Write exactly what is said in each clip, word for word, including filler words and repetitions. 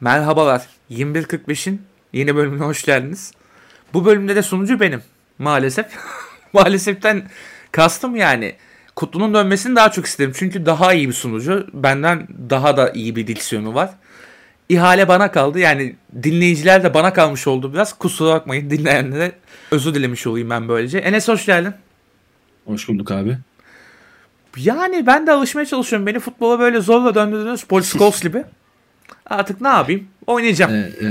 Merhabalar. yirmi bir kırk beşin yeni bölümüne hoş geldiniz. Bu bölümde de sunucu benim. Maalesef. Maaleseften kastım yani. Kutlu'nun dönmesini daha çok isterim. Çünkü daha iyi bir sunucu. Benden daha da iyi bir diksiyonu var. İhale bana kaldı. Yani dinleyiciler de bana kalmış oldu biraz. Kusura bakmayın, dinleyenlere özür dilemiş olayım ben böylece. Enes hoş geldin. Hoş bulduk abi. Yani ben de alışmaya çalışıyorum. Beni futbola böyle zorla döndürdünüz. Paul Scholes gibi. Artık ne yapayım? Oynayacağım. Ee, e.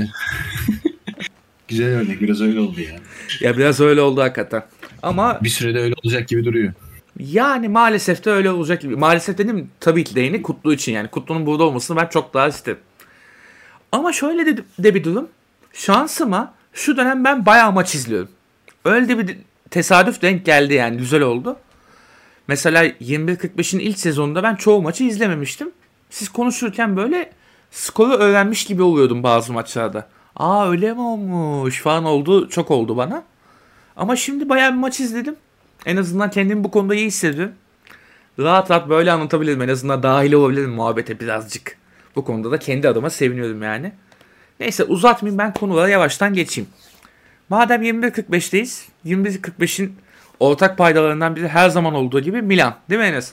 Güzel örnek. Biraz öyle oldu ya. Ya biraz öyle oldu hakikaten. Ama bir sürede öyle olacak gibi duruyor. Yani maalesef de öyle olacak gibi. Maalesef dedim tabii ki de yeni Kutlu için yani. Kutlu'nun burada olmasını ben çok daha isterim. Ama şöyle de, de bir durum. Şansıma şu dönem ben bayağı maç izliyorum. Öyle de bir tesadüf denk geldi yani. Güzel oldu. Mesela yirmi bir kırk beşin ilk sezonunda ben çoğu maçı izlememiştim. Siz konuşurken böyle skoru öğrenmiş gibi oluyordum bazı maçlarda. Aa öyle mi olmuş falan oldu. Çok oldu bana. Ama şimdi bayağı bir maç izledim. En azından kendimi bu konuda iyi hissediyorum. Rahat rahat böyle anlatabilirim. En azından dahil olabilirim muhabbete birazcık. Bu konuda da kendi adıma seviniyorum yani. Neyse uzatmayayım, ben konulara yavaştan geçeyim. Madem yirmi bir kırk beşteyiz. yirmi bir kırk beşin ortak paydalarından biri her zaman olduğu gibi Milan. Değil mi Enes?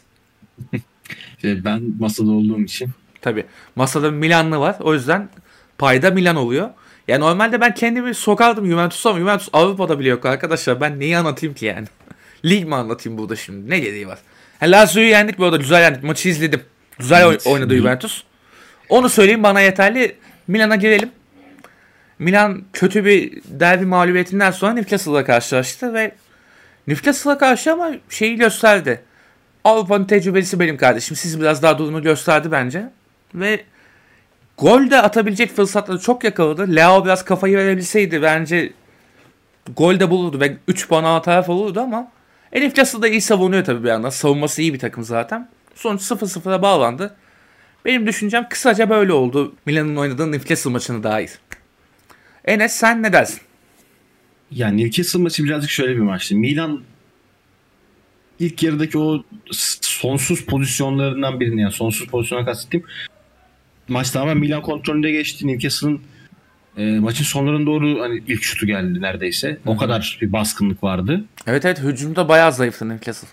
Ben masada olduğum için. Tabii. Masada bir Milanlı var. O yüzden payda Milan oluyor. Yani normalde ben kendimi sokardım Juventus'a ama Juventus Avrupa'da bile yok arkadaşlar. Ben neyi anlatayım ki yani? Lig mi anlatayım burada şimdi? Ne gereği var? Ha, Lazio'yu yendik bu arada. Güzel yendik. Maçı izledim. Güzel evet, oynadı hı. Juventus. Onu söyleyeyim bana yeterli. Milan'a girelim. Milan kötü bir derbi mağlubiyetinden sonra Newcastle'la karşılaştı ve Newcastle'la karşı ama şeyi gösterdi. Avrupa'nın tecrübesi benim kardeşim. Siz biraz daha durumu gösterdi bence. Ve gol de atabilecek fırsatları çok yakaladı. Leao biraz kafayı verebilseydi bence gol de bulurdu ve üç puan ana taraf olurdu ama Newcastle da iyi savunuyor tabii bir yandan. Savunması iyi bir takım zaten. Sonuç sıfır sıfıra bağlandı. Benim düşüncem kısaca böyle oldu. Milan'ın oynadığı Newcastle maçını dair. Enes sen ne dersin? Yani Newcastle maçı birazcık şöyle bir maçtı. Milan ilk yarıdaki o sonsuz pozisyonlarından birini, yani sonsuz pozisyona kastettiğim maç tamamen Milan kontrolünde geçti. Newcastle'ın e, maçın sonlarına doğru hani ilk şutu geldi neredeyse. Hı-hı. O kadar bir baskınlık vardı. Evet evet, hücumda bayağı zayıftı Newcastle.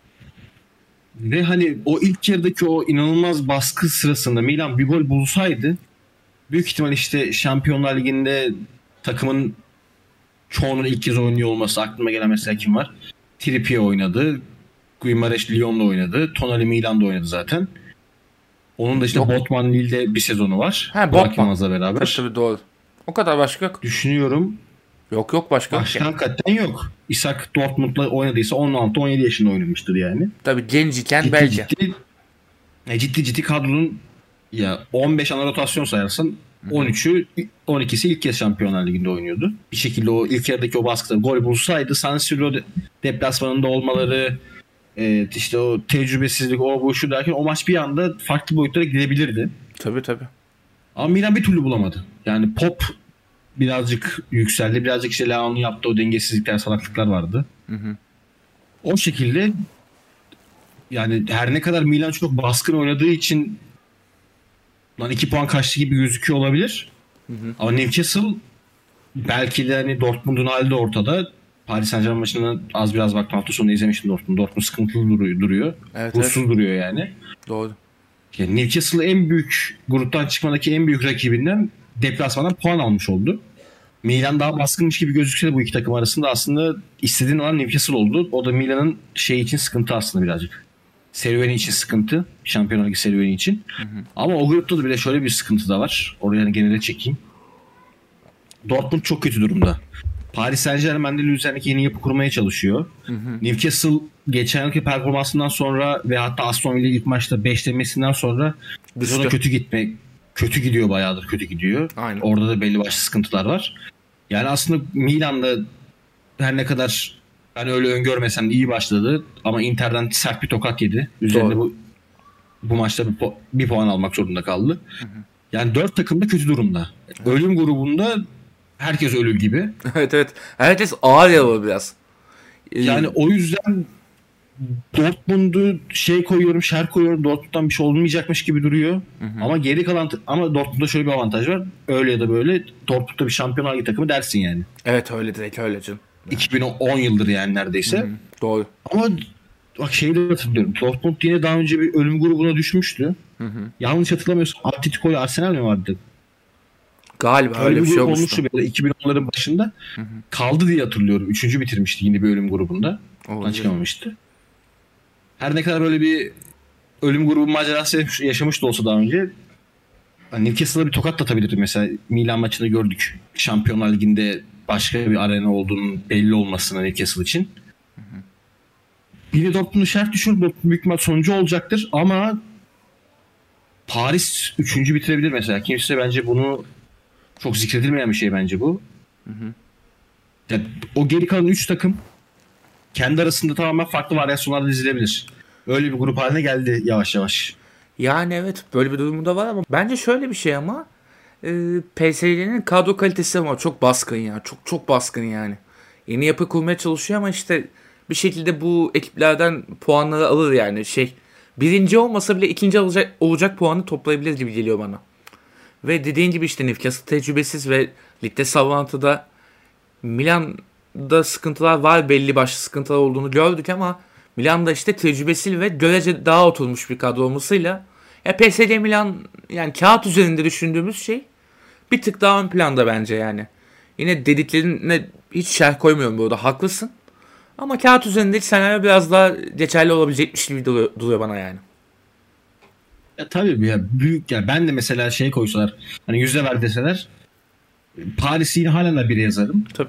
Ve hani o ilk yarıdaki o inanılmaz baskı sırasında Milan bir gol bulsaydı büyük ihtimal işte Şampiyonlar Ligi'nde takımın çoğunun ilk kez oynuyor olması, aklıma gelen mesela kim var? Trippier oynadı. Guimaraes Lyon'da oynadı. Tonali Milan'da oynadı zaten. Onun da işte yok. Botman Lille'de bir sezonu var. Ha, Botman. Beraber. Tabii, tabii doğru. O kadar başka yok. Düşünüyorum. Yok yok başka. Başka yok hakikaten yok. Isak Dortmund'la oynadıysa on altı on yedi yaşında oynamıştır yani. Tabii genç iken ciddi, belki. Ciddi, ciddi ciddi kadronun ya on beş ana rotasyon sayarsın. on üçü on ikisi ilk kez Şampiyonlar Ligi'nde oynuyordu. Bir şekilde o ilk yarıdaki o baskıda gol bulsaydı San Siro deplasmanında olmaları, evet, işte o tecrübesizlik, o bu şu derken o maç bir anda farklı boyutlara gidebilirdi. Tabii tabii. Ama Milan bir türlü bulamadı. Yani Pop birazcık yükseldi. Birazcık işte Leao'nun yaptığı o dengesizlikler, salaklıklar vardı. Hı hı. O şekilde yani her ne kadar Milan çok baskın oynadığı için lan iki puan kaçtı gibi gözüküyor olabilir. Hı hı. Ama Newcastle belki de hani Dortmund'un hali de ortada. Paris Saint-Germain maçını az biraz baktım, hafta sonu izlemiştim Dortmund. Dortmund sıkıntılı duruyor. duruyor. Evet, Ruhsuz evet. duruyor yani. Doğru. Yani Newcastle en büyük gruptan çıkmadaki en büyük rakibinden deplasmandan puan almış oldu. Milan daha baskınmış gibi gözükse de bu iki takım arasında aslında istediğin olan Newcastle oldu. O da Milan'ın şey için sıkıntı aslında birazcık. Serüveni için sıkıntı. Şampiyonlar Ligi serüveni için. Hı hı. Ama o grupta da bile şöyle bir sıkıntı da var. Oraya genele çekeyim. Dortmund çok kötü durumda. Paris Saint-Germain'de Luzern'deki yeni yapı kurmaya çalışıyor. Hı hı. Newcastle geçen yılki performansından sonra ve hatta Aston Villa ilk maçta beş demesinden sonra sezona kötü gitme kötü gidiyor, bayağıdır kötü gidiyor. Aynen. Orada da belli başlı sıkıntılar var. Yani aslında Milan'da her ne kadar ben öyle öngörmesem de iyi başladı ama Inter'den sert bir tokat yedi. Üzerinde bu bu maçta bir, po- bir puan almak zorunda kaldı. Hı hı. Yani dört takım da kötü durumda. Hı. Ölüm grubunda herkes ölür gibi. Evet evet. Herkes ağır yaralı biraz. Yani o yüzden Dortmund'u şey koyuyorum, şer koyuyorum. Dortmund'dan bir şey olmayacakmış gibi duruyor. Hı hı. Ama geri kalan ama Dortmund'da şöyle bir avantaj var. Öyle ya da böyle Dortmund'da bir Şampiyonlar Ligi takımı dersin yani. Evet öyle direkt öyle canım. iki bin on yıldır yani neredeyse. Hı hı. Doğru. Ama bak şeyi de hatırlıyorum. Dortmund yine daha önce bir ölüm grubuna düşmüştü. Hı hı. Yanlış hatırlamıyorsam Atletico ile Arsenal mi vardı? Galiba öyle, öyle bir şey olmuştu. Böyle iki bin onların başında. Hı hı. Kaldı diye hatırlıyorum. Üçüncü bitirmişti yine bir ölüm grubunda. Ondan çıkamamıştı. Her ne kadar böyle bir ölüm grubu macerası yaşamış da olsa daha önce Newcastle'a bir tokat da atabilirdi mesela. Milan maçında gördük. Şampiyonlar Ligi'nde başka bir arena olduğunun belli olmasına Newcastle için. Hı hı. Yine Dortmund'u şart düşür. Büyük ihtimal sonucu olacaktır ama Paris üçüncü bitirebilir mesela. Kimse bence bunu çok zikredilmeyen bir şey bence bu. Hı hı. Yani o geri kalan üç takım kendi arasında tamamen farklı varyasyonlarda dizilebilir. Öyle bir grup haline geldi yavaş yavaş. Yani evet böyle bir durumu da var ama bence şöyle bir şey ama e, P S G'nin kadro kalitesi ama çok baskın ya. Çok çok baskın yani. Yeni yapı kurmaya çalışıyor ama işte bir şekilde bu ekiplerden puanları alır yani şey. Birinci olmasa bile ikinci olacak, olacak puanı toplayabilir gibi geliyor bana. Ve dediğin gibi işte Newcastle tecrübesiz ve ligde sallantıda Milan'da sıkıntılar var, belli başlı sıkıntılar olduğunu gördük ama Milan'da işte tecrübesiz ve görece daha oturmuş bir kadro olmasıyla ya P S G Milan yani kağıt üzerinde düşündüğümüz şey bir tık daha ön planda bence yani. Yine dediklerine hiç şerh koymuyorum burada, haklısın. Ama kağıt üzerindeki senaryo biraz daha geçerli olabilecekmiş gibi duruyor, duruyor bana yani. Ya tabii ya büyük ya ben de mesela şey koysalar hani yüzde ver deseler Paris'i yine halen de bire yazarım. Tabii.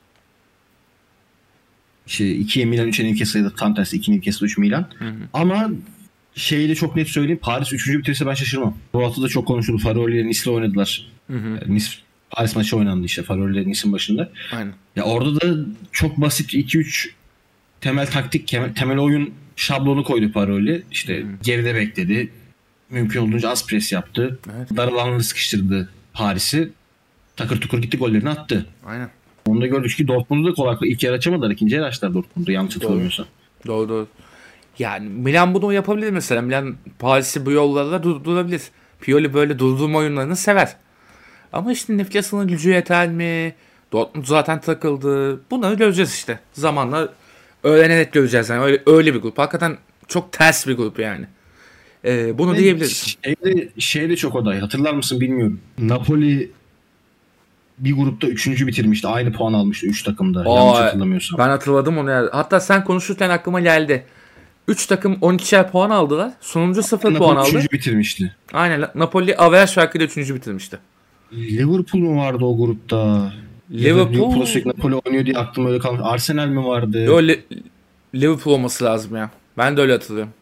Şey ikiye Milan, üçe Newcastle ya da tam tersi iki Newcastle, üç Milan. Hı hı. Ama şeyi de çok net söyleyeyim. Paris üçüncü bitirse ben şaşırmam. Bu hafta da çok konuşuldu. Faroli ile Nice'le oynadılar. Hı hı. Yani Nice Paris maçı oynandı işte Faroli ile Nice'in başında. Aynen. Ya orada da çok basit iki üç temel taktik, temel oyun şablonu koydu Faroli. İşte hı. geride bekledi. Mümkün olduğunca az pres yaptı. Evet. Dar alanları sıkıştırdı Paris'i. Takır tukur gitti, gollerini attı. Aynen. Onu da gördük ki Dortmund'u da kolay kolay ilk yer açamadılar. İkinci yer açtılar Dortmund'u yanlış hatırlamıyorsam. Doğru doğru. Yani Milan bunu yapabilir mesela. Milan Paris'i bu yollarla durdurabilir. Pioli böyle durdurma oyunlarını sever. Ama işte Newcastle'ın gücü yeter mi? Dortmund zaten takıldı. Bunları göreceğiz işte. Zamanla öğrenerek göreceğiz. Yani öyle, öyle bir grup. Hakikaten çok ters bir grup yani. Ee, bunu evet, diyebiliriz. Şeyde, şeyde çok aday. Hatırlar mısın bilmiyorum. Napoli bir grupta üçüncü bitirmişti. Aynı puan almıştı üç takımda. Aa, yanlış hatırlamıyorsam. Ben hatırladım onu ya. Hatta sen konuşurken aklıma geldi. üç takım on ikişer puan aldılar. Sonuncu sıfır puan aldı. üçüncü bitirmişti. Aynen. Napoli averaj farkıyla üçüncü bitirmişti. Liverpool mu vardı o grupta? Liverpool. Liverpool sürekli Napoli oynuyor diye aklıma öyle kalmış. Arsenal mi vardı? Yo, Li- Liverpool olması lazım ya. Ben de öyle hatırlıyorum.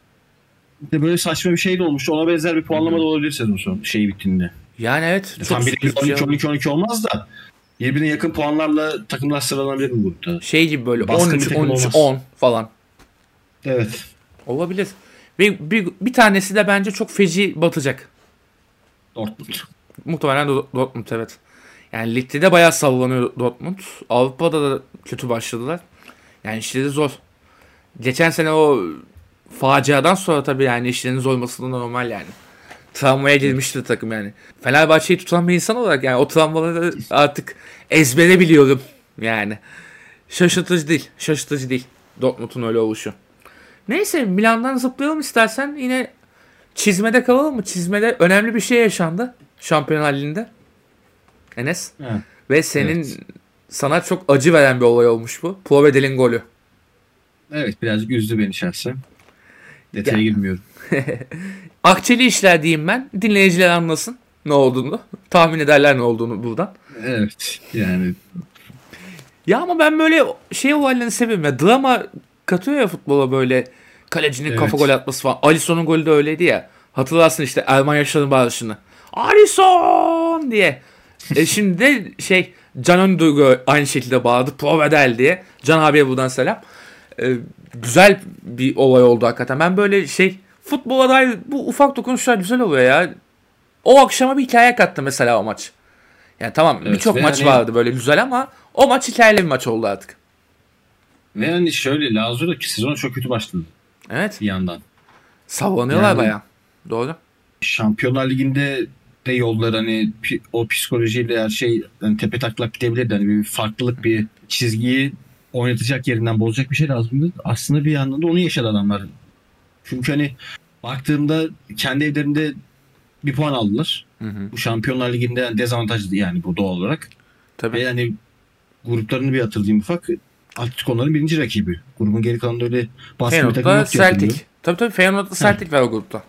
De böyle saçma bir şey de olmuştu. Ona benzer bir puanlama da olabilir sezon sonu şeyi bittiğinde. Yani evet. Çok tam bir on iki on iki on iki olmaz da birbirine yakın puanlarla takımlar sıralanabilir bu grupta. Şey gibi böyle on üç on üç on falan. Evet. Olabilir. Ve bir, bir tanesi de bence çok feci batacak. Dortmund. Muhtemelen Dortmund evet. Yani ligde de bayağı sallanıyor Dortmund. Avrupa'da da kötü başladılar. Yani işleri zor. Geçen sene o faciadan sonra tabii yani işlerinin zor olması da normal yani. Travmaya girmiştir takım yani. Fenerbahçe'yi tutan bir insan olarak yani o travmaları artık ezbere biliyorum yani. Şaşırtıcı değil. Şaşırtıcı değil. Dortmund'un öyle oluşu. Neyse Milan'dan zıplayalım istersen. Yine çizmede kalalım mı? Çizmede önemli bir şey yaşandı. Şampiyonlar Ligi'nde. Enes. Evet. Ve senin evet. sana çok acı veren bir olay olmuş bu. Povedel'in golü. Evet birazcık üzdü beni şahsen. Detaya ya. girmiyorum. Akçeli işler diyeyim ben. Dinleyiciler anlasın ne olduğunu. Tahmin ederler ne olduğunu buradan. Evet yani. Ya ama ben böyle şey olaylarını seviyorum ya. Drama katıyor ya futbola böyle. Kalecinin evet. kafa gol atması falan. Alisson'un golü de öyleydi ya. Hatırlarsın işte Erman Yaşar'ın bağırışını. Alisson diye. e şimdi de şey Can Öndürgü aynı şekilde bağırdı. Provedel diye. Can abiye buradan selam. E, güzel bir olay oldu hakikaten. Ben böyle şey futbola dair bu ufak dokunuşlar güzel oluyor ya. O akşama bir hikaye kattı mesela o maç. Yani tamam evet, birçok maç yani vardı böyle güzel ama o maç hikayeli bir maç oldu artık. Ve hani şöyle Lazio da sezona çok kötü başladı Evet. bir yandan. Sallanıyorlar Yani- bayağı. Doğru. Şampiyonlar Ligi'nde de yollar hani pi- o psikolojiyle her şey hani tepe taklak gidebilirdi. Hani bir farklılık, bir çizgiyi oynatacak yerinden bozacak bir şey lazımdı. Aslında bir yandan da onu yaşadı adamlar. Çünkü hani baktığımda kendi evlerinde bir puan aldılar. Hı hı. Bu Şampiyonlar Ligi'nde yani dezavantajlı yani bu doğal olarak. Tabii. Ve yani gruplarını bir hatırlayayım ufak. Atletico onların birinci rakibi. Grubun geri kalanında öyle baskın bir takım Feyenoord'da yok diye hatırlıyorum. Celtic. Tabii tabii Feyenoord'da Celtic var o grupta.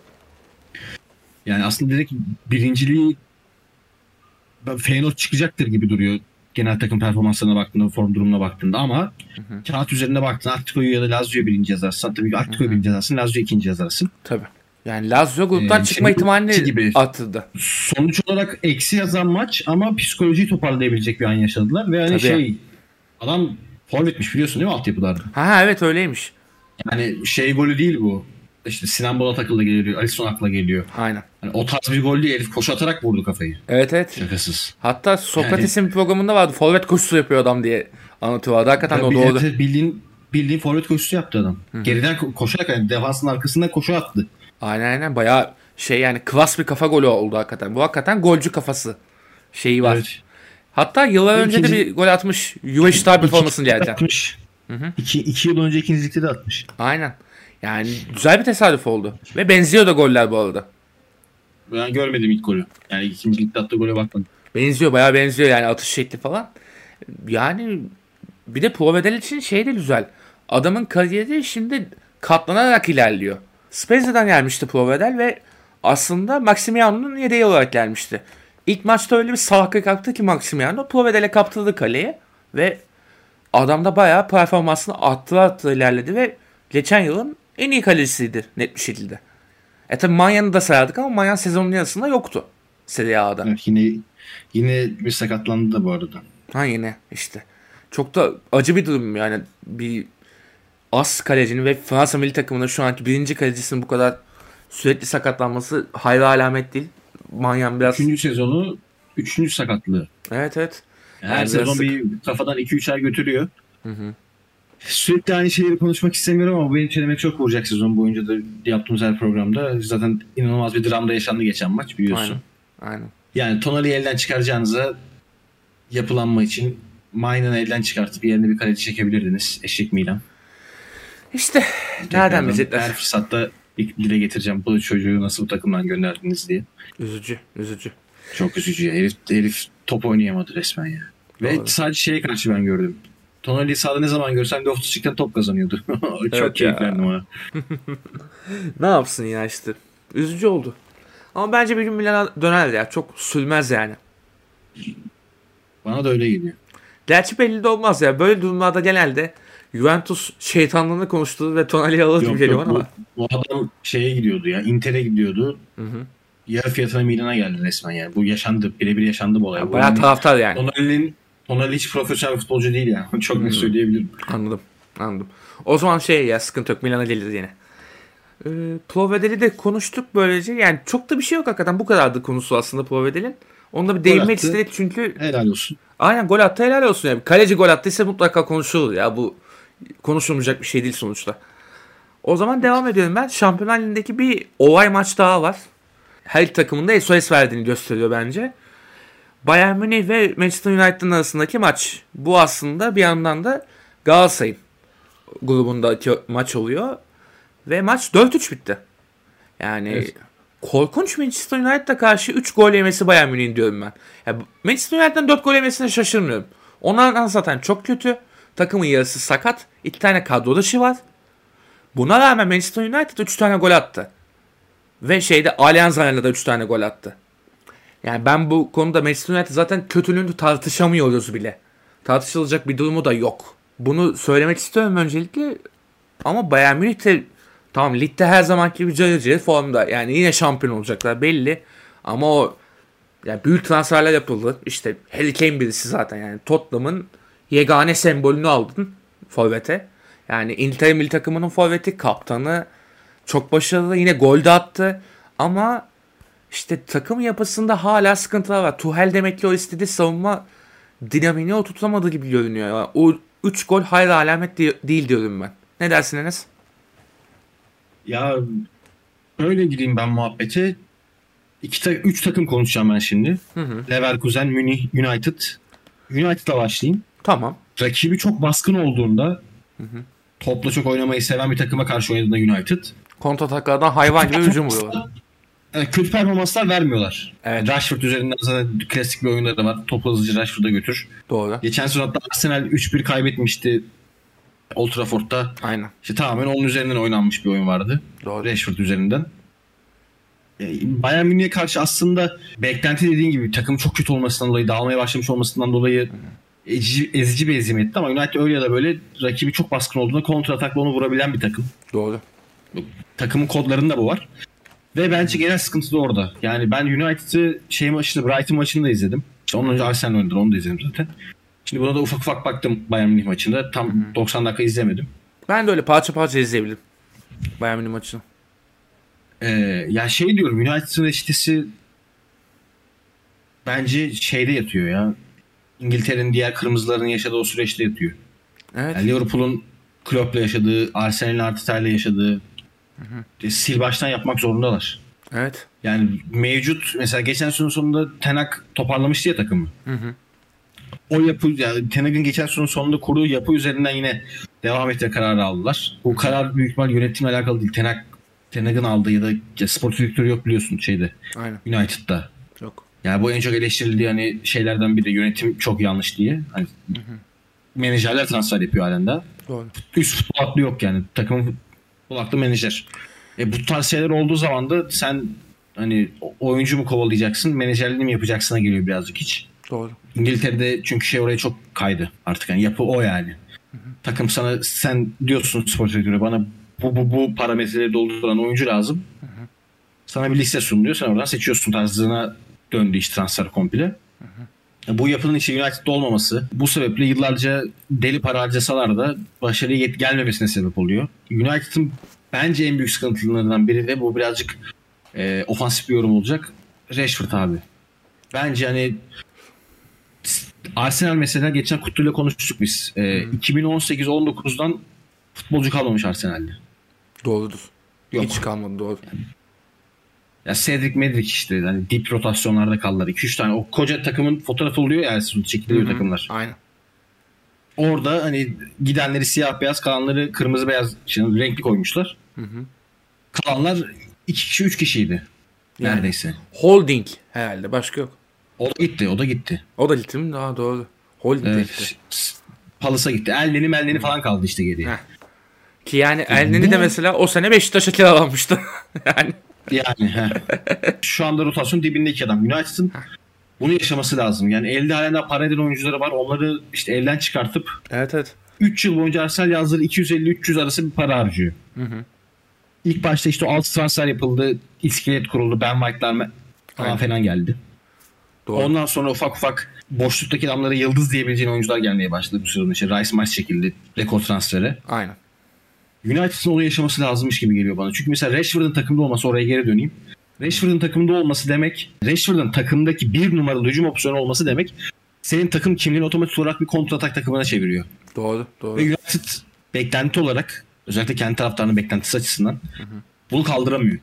Yani aslında direkt birinciliği ben- Feyenoord çıkacaktır gibi duruyor. Genel takım performanslarına baktığında, form durumuna baktığında ama hı. kağıt üzerinde baktığında Atletico'yu ya da Lazio'yu birinci yazarsın. Tabii Atletico'yu birinci yazarsın, Lazio'yu ikinci yazarsın. Tabii. Yani Lazio gruptan Ee, çıkma senin ihtimalini gibi. arttırdı. Sonuç olarak eksi yazan maç ama psikolojiyi toparlayabilecek bir an yaşadılar. Ve hani Tabii. şey adam forvetmiş biliyorsun değil mi altyapılarda? Ha ha, evet öyleymiş. Yani şey golü değil bu. İşte Sinan Bolat akıllı geliyor, Alisson akla geliyor. Aynen. Yani o tarz bir gol değil. Herif koşu atarak vurdu kafayı. Evet evet. Şakasız. Hatta Sokrates'in bir programında vardı. Forvet koşusu yapıyor adam diye anlatıyorlardı. Hakikaten de o Tabii, doğru. evet, bildiğin, bildiğin forvet koşusu yaptı adam. Geriden ko- koşarak yani defansın arkasından koşu attı. Aynen aynen. Bayağı şey yani klas bir kafa golü oldu hakikaten. Bu hakikaten golcü kafası şeyi var. Evet. Hatta yıllar önce İkinci- de bir gol atmış. Juventus'ta formasını İkinci- giyerken. atmış. İki, iki yıl önce ikincilikte de atmış. Aynen. Yani güzel bir tesadüf oldu. Ve benziyor da goller bu arada. Ben görmedim ilk golü. Yani ikincilikte attığı gole bakmadım. Benziyor, bayağı benziyor yani atış şekli falan. Yani bir de Provedel için şey de güzel. Adamın kariyeri şimdi katlanarak ilerliyor. Spezia'dan gelmişti Provedel ve aslında Maximiano'nun yedeği olarak gelmişti. İlk maçta öyle bir salaklık yaptı ki Maximiano Provedel'e kaptırdı kaleye ve adam da bayağı performansını arttıra arttıra ilerledi ve geçen yılın en iyi kalecisiydi net bir şekilde. E tabi Manya'nı da sayardık ama Manyan sezonun yarısında yoktu Serie A'da. Evet, yine yine bir sakatlandı da bu arada. Ha yine işte. Çok da acı bir durum yani. Bir as kalecinin ve Fransa milli takımının şu anki birinci kalecisinin bu kadar sürekli sakatlanması hayra alamet değil. Manyan biraz... Üçüncü sezonu üçüncü sakatlığı. Evet evet. Her Yani biraz sezon sık- bir kafadan iki üç ay götürüyor. Sürekli aynı şeyleri konuşmak istemiyorum ama bu benim çeneme çok vuracak sezon boyunca da yaptığımız her programda. Zaten inanılmaz bir dramda yaşandı geçen maç biliyorsun. Aynen. Aynen. Yani Tonali'yi elden çıkaracağınıza yapılanma için Maina'nı elden çıkartıp yerine bir kaleci çekebilirdiniz. Eşek Milan. İşte nereden Tekrardan bilecekler? Her fırsatta ilk dile getireceğim bu çocuğu nasıl bu takımdan gönderdiniz diye. Üzücü, üzücü. Çok üzücü ya. Herif, herif top oynayamadı resmen ya. Ve Doğru. sadece şeye karşı ben gördüm. Tonali'yi sahada ne zaman görsem Loftus-Cheek'ten top kazanıyordu. Çok Evet keyiflendim ona. Ne yapsın ya işte. Üzücü oldu. Ama bence bir gün Milan'a döner ya. Çok sürmez yani. Bana da öyle geliyor. Gerçi belli de olmaz ya. Böyle durumlarda genelde Juventus şeytanlığını konuşturur ve Tonali'yi alır gibi Yok geliyor yok bana bu, ama. bu adam şeye gidiyordu ya. Inter'e gidiyordu. Hı hı. Yarı fiyatına Milan'a geldi resmen yani. Bu yaşandı. Birebir yaşandı bu olay. Ya Bu bayağı yani taraftar yani. Tonali'nin Tonali hiç profesyonel futbolcu değil yani. Çok net söyleyebilirim. Anladım. Anladım. O zaman şey ya sıkıntı yok. Milan'a gelir yine. Ee, Provedel'i de konuştuk böylece. Yani çok da bir şey yok hakikaten. Bu kadardı konusu aslında Provedel'in. Onunla bir değinmek attı. istedik çünkü Helal olsun. aynen gol attı helal olsun. Yani. Kaleci gol attıysa mutlaka konuşulur ya. Bu konuşulmayacak bir şey değil sonuçta. O zaman devam ediyorum ben. Şampiyonlar Ligi'ndeki bir olay maç daha var. Her iki takımın da S O S verdiğini gösteriyor bence. Bayern Münih ve Manchester United'ın arasındaki maç. Bu aslında bir yandan da Galatasaray'ın grubundaki maç oluyor. Ve maç dört üç bitti. Yani Evet. korkunç Manchester United'a karşı üç gol yemesi Bayern Münih'in diyorum ben. Ya, Manchester United'dan dört gol yemesine şaşırmıyorum. Onlardan zaten çok kötü. Takımın yarısı sakat. iki tane kadro dışı var. Buna rağmen Manchester United üç tane gol attı. Ve şeyde Allianz Arena'da üç tane gol attı. Yani ben bu konuda Manchester United zaten kötülüğünü tartışamıyoruz bile. Tartışılacak bir durumu da yok. Bunu söylemek istiyorum öncelikle. Ama Bayern Münih de tamam ligde her zamanki gibi cayır cayır formda. Yani yine şampiyon olacaklar belli. Ama o yani büyük transferler yapıldı. İşte Harry Kane birisi zaten yani Tottenham'ın yegane sembolünü aldın forvete. Yani İngiltere milli takımının forveti, kaptanı çok başarılı. Yine gol de attı. Ama işte takım yapısında hala sıkıntılar var. Tuchel demek ki o istediği savunma dinamiğini oturtamadığı gibi görünüyor. Yani o üç gol hayır alamet di- değil diyorum ben. Ne dersin Enes? Ya öyle gideyim ben muhabbete. İki ta- üç takım konuşacağım ben şimdi. Hı hı. Leverkusen, Münih, United. United'la başlayayım. Tamam. Rakibi çok baskın olduğunda, Hı hı. topla çok oynamayı seven bir takıma karşı oynadığında United. Kontrataklardan hayvan gibi hücum vuruyorlar. Yani kötü performanslar vermiyorlar. Evet. Rashford üzerinden zaten klasik bir oyunları var. Topu hızlıca Rashford'a götür. Doğru. Geçen sezon hatta Arsenal üç bir kaybetmişti Old Trafford'da. Aynen. İşte tamamen onun üzerinden oynanmış bir oyun vardı. Doğru. Rashford üzerinden. Bayern Münih'e karşı aslında beklenti dediğin gibi takım çok kötü olmasından dolayı, dağılmaya başlamış olmasından dolayı ezici, ezici bir ezimetti ama United öyle ya da böyle rakibi çok baskın olduğunda kontra atakla onu vurabilen bir takım. Doğru. Takımın kodlarında bu var. Ve bence genel sıkıntı da orada. Yani ben United'ı şey maçını, Brighton maçını da izledim. İşte ondan önce Arsenal oynadı, onu da izledim zaten. Şimdi buna da ufak ufak baktım Bayern Münih maçında. Tam Hı-hı. doksan dakika izlemedim. Ben de öyle parça parça izleyebilirim Bayern Münih maçını. Ee, ya şey diyorum, United'ın reçetesi bence şeyde yatıyor ya. İngiltere'nin diğer kırmızıların yaşadığı o süreçte yatıyor. Evet. Yani Liverpool'un Klopp'la yaşadığı, Arsenal'in Arteta'yla yaşadığı, hı hı. sil baştan yapmak zorundalar. Evet. Yani mevcut mesela geçen sezon sonunda Ten Hag toparlamıştı ya takımı. Hı hı. O yapı, yani Ten Hag'ın geçen sezon sonunda kurduğu yapı üzerinden yine devam etme kararı aldılar. Bu karar büyük ihtimal yönetimle alakalı değil. Ten Hag, Ten Hag'ın aldığı ya da spor direktörü yok biliyorsun şeyde. Aynen. United'da. Yok. Yani bu en çok eleştirildiği hani şeylerden biri, yönetim çok yanlış diye. Hani hı hı. Menajerler transfer yapıyor halen daha. Doğru. Üst futbol aklı yok yani. Takımın futbol aklı menajer. E bu tarz şeyler olduğu zaman da sen hani oyuncu mu kovalayacaksın, menajerliğini mi yapacaksına geliyor birazcık hiç. Doğru. İngiltere'de çünkü şey oraya çok kaydı artık, yani yapı o yani. Hı hı. Takım sana, sen diyorsun spor direktörü, bana bu bu bu parametreleri dolduran oyuncu lazım. Hı hı. Sana bir liste sunuluyor, sen oradan seçiyorsun tarzına döndü iş, transfer komple. Hı hı. Bu yapının içi United'da olmaması, bu sebeple yıllarca deli para harcasalar da başarıya gelmemesine sebep oluyor. United'ın bence en büyük sıkıntılarından biri de bu, birazcık e, ofansif bir yorum olacak. Rashford abi. Bence hani Arsenal mesela geçen Kutlu'yla konuştuk biz. E, hmm. iki bin on sekiz on dokuzdan futbolcu kalmamış Arsenal'de. Doğrudur. Yok. Hiç kalmadı, doğru. Yani, ya Cedric Medric işte hani dip rotasyonlarda kaldılar. iki üç tane o koca takımın fotoğrafı oluyor ya, yani çekiliyor takımlar. Aynen. Orada hani gidenleri siyah beyaz, kalanları kırmızı beyaz şimdi renkli koymuşlar. Hı hı. Kalanlar iki kişi üç kişiydi. Yani neredeyse. Holding herhalde, başka yok. O da gitti, o da gitti. O da gitti mi? Daha doğru. Holding evet, gitti. Palace'a gitti. Elneni melneni falan kaldı işte geriye. Heh. Ki yani Elneni de mesela o sene Beşiktaş'a kiralanmıştı. yani. Yani he. Şu anda rotasyon dibindeki adam. United'ın bunu yaşaması lazım. Yani elde halen daha para eden oyuncuları var. Onları işte elden çıkartıp evet evet. üç yıl boyunca Arsenal yazları iki yüz elli üç yüz arası bir para harcıyor. Hı hı. İlk başta işte o altı transfer yapıldı. İskelet kuruldu. Ben White'lar falan falan geldi. Doğru. Ondan sonra ufak ufak boşluktaki adamlara yıldız diyebileceğin oyuncular gelmeye başladı bu sezon için. Rice maç çekildi. Rekor transferi. Aynen. United'ın onu yaşaması lazımmış gibi geliyor bana. Çünkü mesela Rashford'un takımda olması, oraya geri döneyim. Rashford'un takımda olması demek, Rashford'un takımdaki bir numaralı hücum opsiyonu olması demek, senin takım kimliğini otomatik olarak bir kontratak takımına çeviriyor. Doğru, doğru. Ve United beklenti olarak, özellikle kendi taraftarının beklentisi açısından hı hı. bunu kaldıramıyor.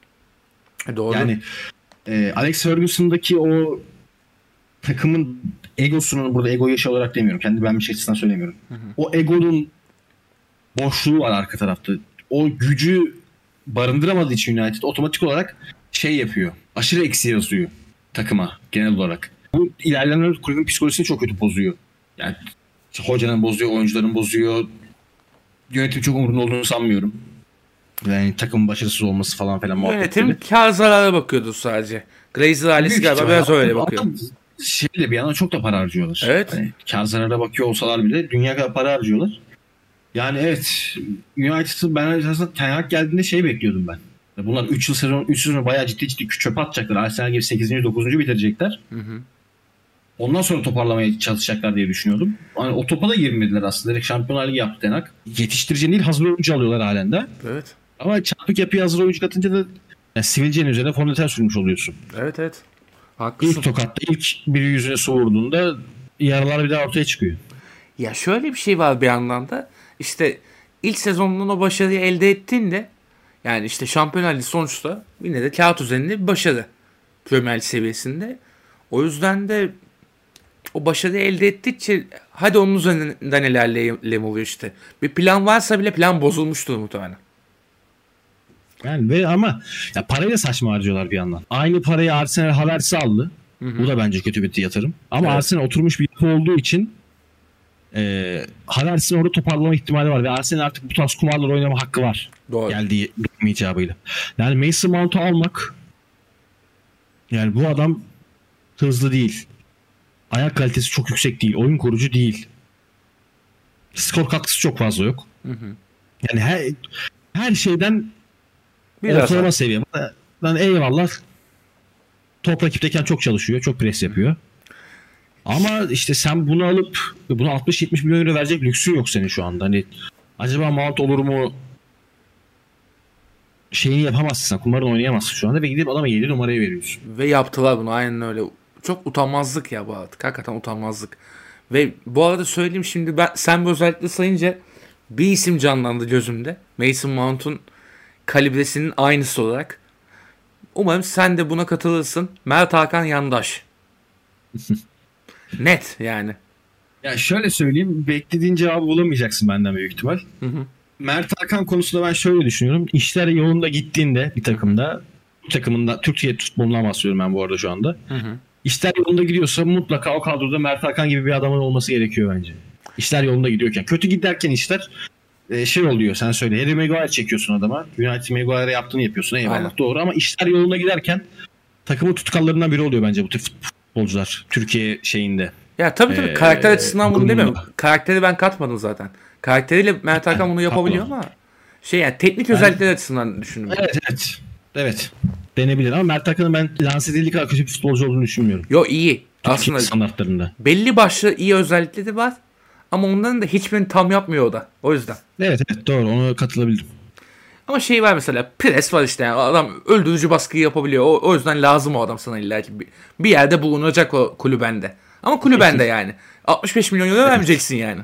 E doğru. Yani e, Alex Ferguson'daki o takımın egosunun, burada ego yaşı olarak demiyorum, kendi ben bir şey açısından söylemiyorum. Hı hı. O egonun boşluğu var arka tarafta. O gücü barındıramadığı için United otomatik olarak şey yapıyor. Aşırı eksi yazıyor takıma genel olarak. Bu ilerleyen kulübün psikolojisini çok kötü bozuyor. Yani hocanın bozuyor, oyuncuların bozuyor. Yönetim çok umurunda olduğunu sanmıyorum. Yani takımın başarısız olması falan filan muhabbetleri. Yönetim kar zarara bakıyordu sadece. Glazer ailesi galiba biraz öyle bakıyor. Şeyle bir yandan çok da para harcıyorlar. Evet. Yani kar zarara bakıyor olsalar bile dünya kadar para harcıyorlar. Yani evet, United'ın ben aslında Ten Hag geldiğinde şey bekliyordum ben. Bunlar üç yıl sezon üç sezonu bayağı ciddi ciddi çöpe atacaklar. Arsenal gibi sekizinci dokuzuncu bitirecekler. Hı hı. Ondan sonra toparlamaya çalışacaklar diye düşünüyordum. Hani o topa da girmediler aslında. Direkt Şampiyonlar Ligi yaptı Ten Hag. Yetiştirici değil, hazır oyuncu alıyorlar halen de. Evet. Ama çarpık yapıya hazır oyuncu katınca da yani sivilcenin üzerine fondöten sürmüş oluyorsun. Evet evet. Haklısın. İlk tokatta ilk biri yüzüne soğurduğunda yaralar bir daha ortaya çıkıyor. Ya şöyle bir şey var bir yandan da. İşte ilk sezonunun o başarıyı elde ettiğinde yani işte Şampiyonlar Ligi sonuçta yine de kağıt üzerinde bir başarı. Premier Lig seviyesinde. O yüzden de o başarıyı elde ettikçe hadi onun üzerinden ilerleyelim oluyor işte. Bir plan varsa bile plan bozulmuştur muhtemelen. Yani ve ama ya parayı da saçma harcıyorlar bir yandan. Aynı parayı Arsenal Havertz'e aldı. Hı hı. Bu da bence kötü bir yatırım. Ama evet. Arsenal oturmuş bir yapı olduğu için e, Havertz'in orada toparlama ihtimali var. Ve Arsenal artık bu tarz kumarlar oynama hakkı var. Doğru. Geldiği bir icabıyla. Yani Mason Mount'u almak, yani bu adam hızlı değil. Ayak kalitesi çok yüksek değil. Oyun kurucu değil. Skor katkısı çok fazla yok. Hı hı. Yani her her şeyden ortalama seviye. Ben eyvallah. Top rakipteyken çok çalışıyor. Çok pres yapıyor. Ama işte sen bunu alıp bunu altmış yetmiş milyon euro verecek lüksün yok senin şu anda. Hani acaba Mount olur mu? Şeyini yapamazsın sen. Kumarını oynayamazsın şu anda ve gidip adama yedi numarayı veriyorsun. Ve yaptılar bunu aynen öyle. Çok utanmazlık ya bu artık. Hakikaten utanmazlık. Ve bu arada söyleyeyim şimdi ben sen bu özellikle sayınca bir isim canlandı gözümde. Mason Mount'un kalibresinin aynısı olarak. Umarım sen de buna katılırsın. Mert Hakan Yandaş. Net yani. Ya şöyle söyleyeyim. Beklediğin cevabı bulamayacaksın benden büyük ihtimal. Hı hı. Mert Hakan konusunda ben şöyle düşünüyorum. İşler yolunda gittiğinde bir takımda, bu takımında Türkiye futbolundan bahsediyorum ben bu arada şu anda. Hı hı. İşler yolunda gidiyorsa mutlaka o kadroda Mert Hakan gibi bir adamın olması gerekiyor bence. İşler yolunda gidiyorken. Kötü giderken işler şey oluyor, sen söyle. Harry Maguire çekiyorsun adama. United Maguire'e yaptığını yapıyorsun. Eyvallah. Aynen. Doğru ama işler yolunda giderken takımın tutkallarından biri oluyor bence bu tip futbolcular. Türkiye şeyinde. Ya tabii tabii ee, karakter açısından bunu demiyorum. Karakteri ben katmadım zaten. Karakteriyle Mert Hakan bunu yapabiliyor ama şey yani teknik ben, özellikler açısından düşündüm. Evet evet. Evet. Denebilir ama Mert Hakan'ın ben lanse edildiği kadar kötü bir futbolcu olduğunu düşünmüyorum. Yo iyi. Türkiye aslında standartlarında. Belli başlı iyi özellikleri var. Ama onların da hiçbirini tam yapmıyor o da. O yüzden. Evet evet doğru, ona katılabildim. Ama şey var mesela, pres var işte yani adam öldürücü baskıyı yapabiliyor. O, o yüzden lazım o adam sana illa ki. Bir, bir yerde bulunacak o kulübende. Ama kulübende yani. altmış beş milyon euro evet. vermeyeceksin yani.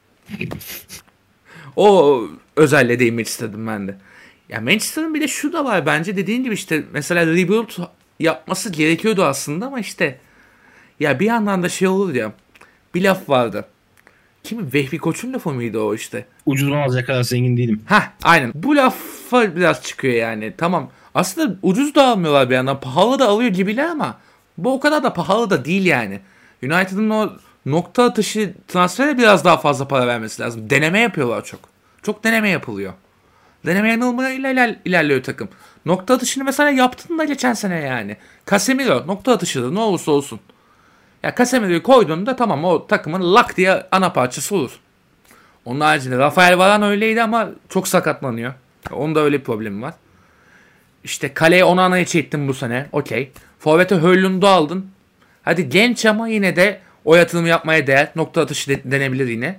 O özelliğe değinmek istedim ben de. Ya Manchester'ın bir de şu da var bence, dediğin gibi işte mesela rebuild yapması gerekiyordu aslında ama işte ya bir yandan da şey olur ya, bir laf vardı. Kimin? Vehbi Koç'un lafı mıydı o işte? Ucuz alacak kadar zengin değilim. Hah aynen. Bu lafa biraz çıkıyor yani. Tamam. Aslında ucuz da almıyorlar bir yandan. Pahalı da alıyor gibiler ama bu o kadar da pahalı da değil yani. United'ın o nokta atışı transfere biraz daha fazla para vermesi lazım. Deneme yapıyorlar çok. Çok deneme yapılıyor. Deneme yanılmayla iler, ilerliyor takım. Nokta atışını mesela yaptın da geçen sene yani. Casemiro nokta atışıdır ne olursa olsun. Ya Casemiro'yu koyduğunda tamam o takımın lak diye ana parçası olur. Onun haricinde Rafael Varane öyleydi ama çok sakatlanıyor. Onun da öyle bir problemi var. İşte kaleye Onana'yı çektin bu sene. Okey. Forvet'e Höllund'u aldın. Hadi genç ama yine de o yatırımı yapmaya değer. Nokta atışı de, denebilir yine.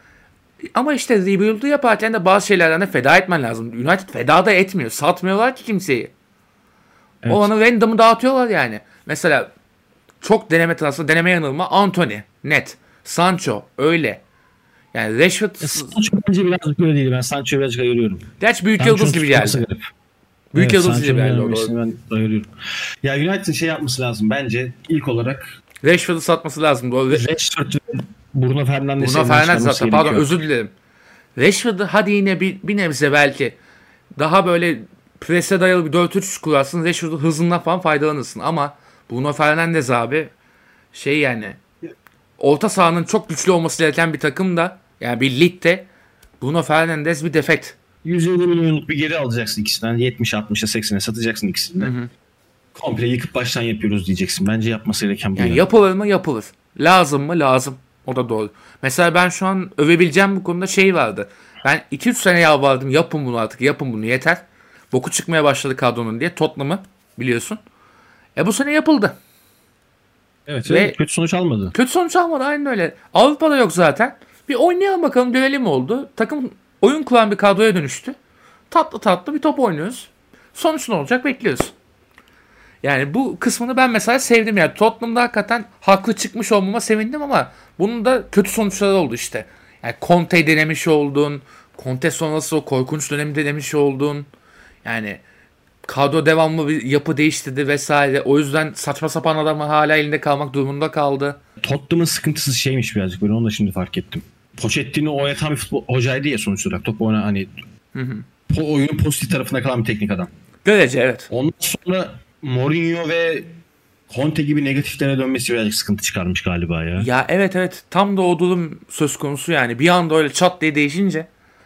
Ama işte rebuild'u yaparken de bazı şeylerden de feda etmen lazım. United feda da etmiyor. Satmıyorlar ki kimseyi. Evet. O anı random'ı dağıtıyorlar yani. Mesela çok deneme transfer, deneme yanılma. Anthony net. Sancho öyle. Yani Rashford... Sancho bence birazcık öyle değil. Ben Sancho'yu birazcık ayırıyorum. Gerçi büyük yıldız gibi geldi. Büyük evet, yıldız gibi geldi. Ben ayırıyorum. Ya United'ın şey yapması lazım bence ilk olarak. Rashford'u satması lazım. Doğru. Rashford ve Bruno Fernandes'i Bruno Fernandes zaten. Pardon özür dilerim. Rashford'u hadi yine bir, bir nebze belki daha böyle prese dayalı bir dört üç kurarsın. Rashford'u hızından falan faydalanırsın. Ama Bruno Fernandes abi şey yani orta sahanın çok güçlü olması gereken bir takım da yani bir ligde Bruno Fernandes bir defekt. yüz elli milyonluk bir geri alacaksın ikisinden. yetmiş altmışa seksene satacaksın ikisinden. Hı hı. Komple yıkıp baştan yapıyoruz diyeceksin. Bence yapması gereken bu. Yani yapılır mı? Yapılır. Lazım mı? Lazım. O da doğru. Mesela ben şu an övebileceğim bu konuda şey vardı. Ben iki üç sene yalvardım. Yapın bunu artık. Yapın bunu. Yeter. Boku çıkmaya başladı kadronun diye. Tottenham'ı biliyorsun. E bu sene yapıldı. Evet. Ve kötü sonuç almadı. Kötü sonuç almadı. Aynen öyle. Avrupa'da yok zaten. Bir oynayalım bakalım. Görelim oldu. Takım oyun kuran bir kadroya dönüştü. Tatlı tatlı bir top oynuyoruz. Sonuç ne olacak bekliyoruz. Yani bu kısmını ben mesela sevdim yani. Tottenham'da hakikaten haklı çıkmış olmama sevindim ama bunun da kötü sonuçları oldu işte. Yani Conte'yi denemiş oldun. Conte sonrası o korkunç dönemi denemiş oldun. Yani kadro devamlı bir yapı değiştirdi vesaire. O yüzden saçma sapan adamı hala elinde kalmak durumunda kaldı. Tottenham'ın sıkıntısı şeymiş birazcık böyle, onu da şimdi fark ettim. Pochettino oynatan bir futbol hocaydı ya sonuç olarak. Top oyna hani Hı hı. po, oyunun pozitif tarafına kalan bir teknik adam. Görece evet. Ondan sonra Mourinho ve Conte gibi negatiflere dönmesi birazcık sıkıntı çıkarmış galiba ya. Ya evet evet tam da o durum söz konusu yani. Bir anda öyle çat diye değişince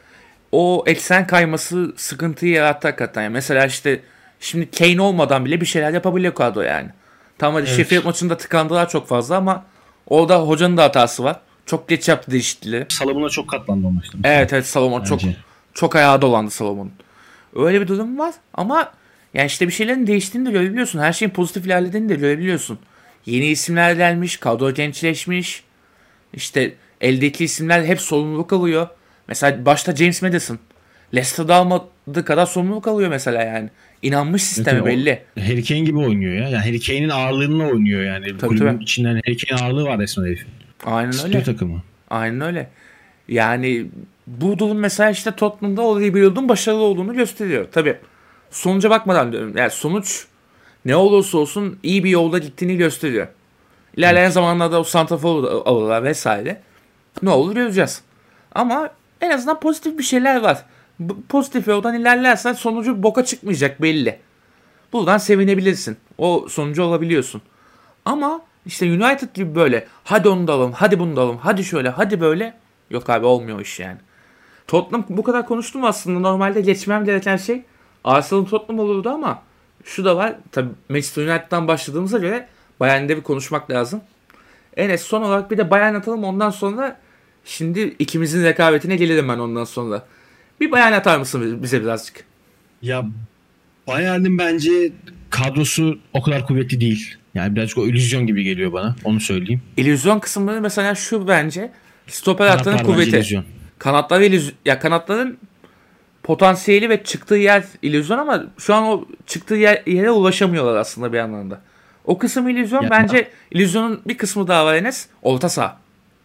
o eksen kayması sıkıntıyı yarattı hakikaten. Yani mesela işte şimdi Kane olmadan bile bir şeyler yapabiliyor kadro yani. Tamam hadi Evet. Sheffield maçında tıkandılar çok fazla ama orada hocanın da hatası var. Çok geç yaptı değişiklikleri. Salomon'a çok katlandı o maçta. mesela. Evet evet Salomon çok Bence. çok ayağa dolandı Salomon'un. Öyle bir durum var ama yani işte bir şeylerin değiştiğini de görebiliyorsun. Her şeyin pozitif ilerlediğini de görebiliyorsun. Yeni isimler gelmiş, kadro gençleşmiş. İşte eldeki isimler hep sorumluluk alıyor. Mesela başta James Maddison. Leicester'da almadığı kadar sorumluluk alıyor mesela yani. İnanmış sisteme Evet, o belli. Harry Kane gibi oynuyor ya. Yani Harry Kane'in ağırlığıyla oynuyor yani. Tabii, Kulübün tabii. içinden Harry Kane ağırlığı var resmen herifin. Aynen İstiyor öyle. takımı. Aynen öyle. Yani bu durum mesela işte Tottenham'da o rebuild'un başarılı olduğunu gösteriyor. Tabii sonuca bakmadan diyorum. Yani sonuç ne olursa olsun iyi bir yolda gittiğini gösteriyor. İlerleyen zamanlarda o santrafor alırlar vesaire. Ne olur göreceğiz. Ama en azından pozitif bir şeyler var. Bu pozitif yoldan ilerlersen sonucu boka çıkmayacak belli. Buradan sevinebilirsin. O sonucu alabiliyorsun. Ama işte United gibi böyle hadi onu da alalım, hadi bunu da alalım, hadi şöyle, hadi böyle. Yok abi olmuyor o iş yani. Tottenham bu kadar konuştum aslında. Normalde geçmem gereken şey Arsenal Tottenham olurdu ama şu da var. Tabii Manchester United'dan başladığımıza göre Bayern'de bir konuşmak lazım. Enes son olarak bir de Bayern atalım ondan sonra şimdi ikimizin rekabetine gelirim ben ondan sonra. Bir Bayern atar mısın bize birazcık? Ya Bayern'in bence kadrosu o kadar kuvvetli değil. Yani birazcık o illüzyon gibi geliyor bana. Onu söyleyeyim. İllüzyon kısımları mesela şu bence stoper Kanatlar hattının bence kuvveti. illüzyon. Kanatlar illüz- ya kanatların potansiyeli ve çıktığı yer illüzyon ama şu an o çıktığı yer, yere ulaşamıyorlar aslında bir anlamda. O kısım illüzyon. Ya- Bence illüzyonun bir kısmı daha var Enes. Orta saha.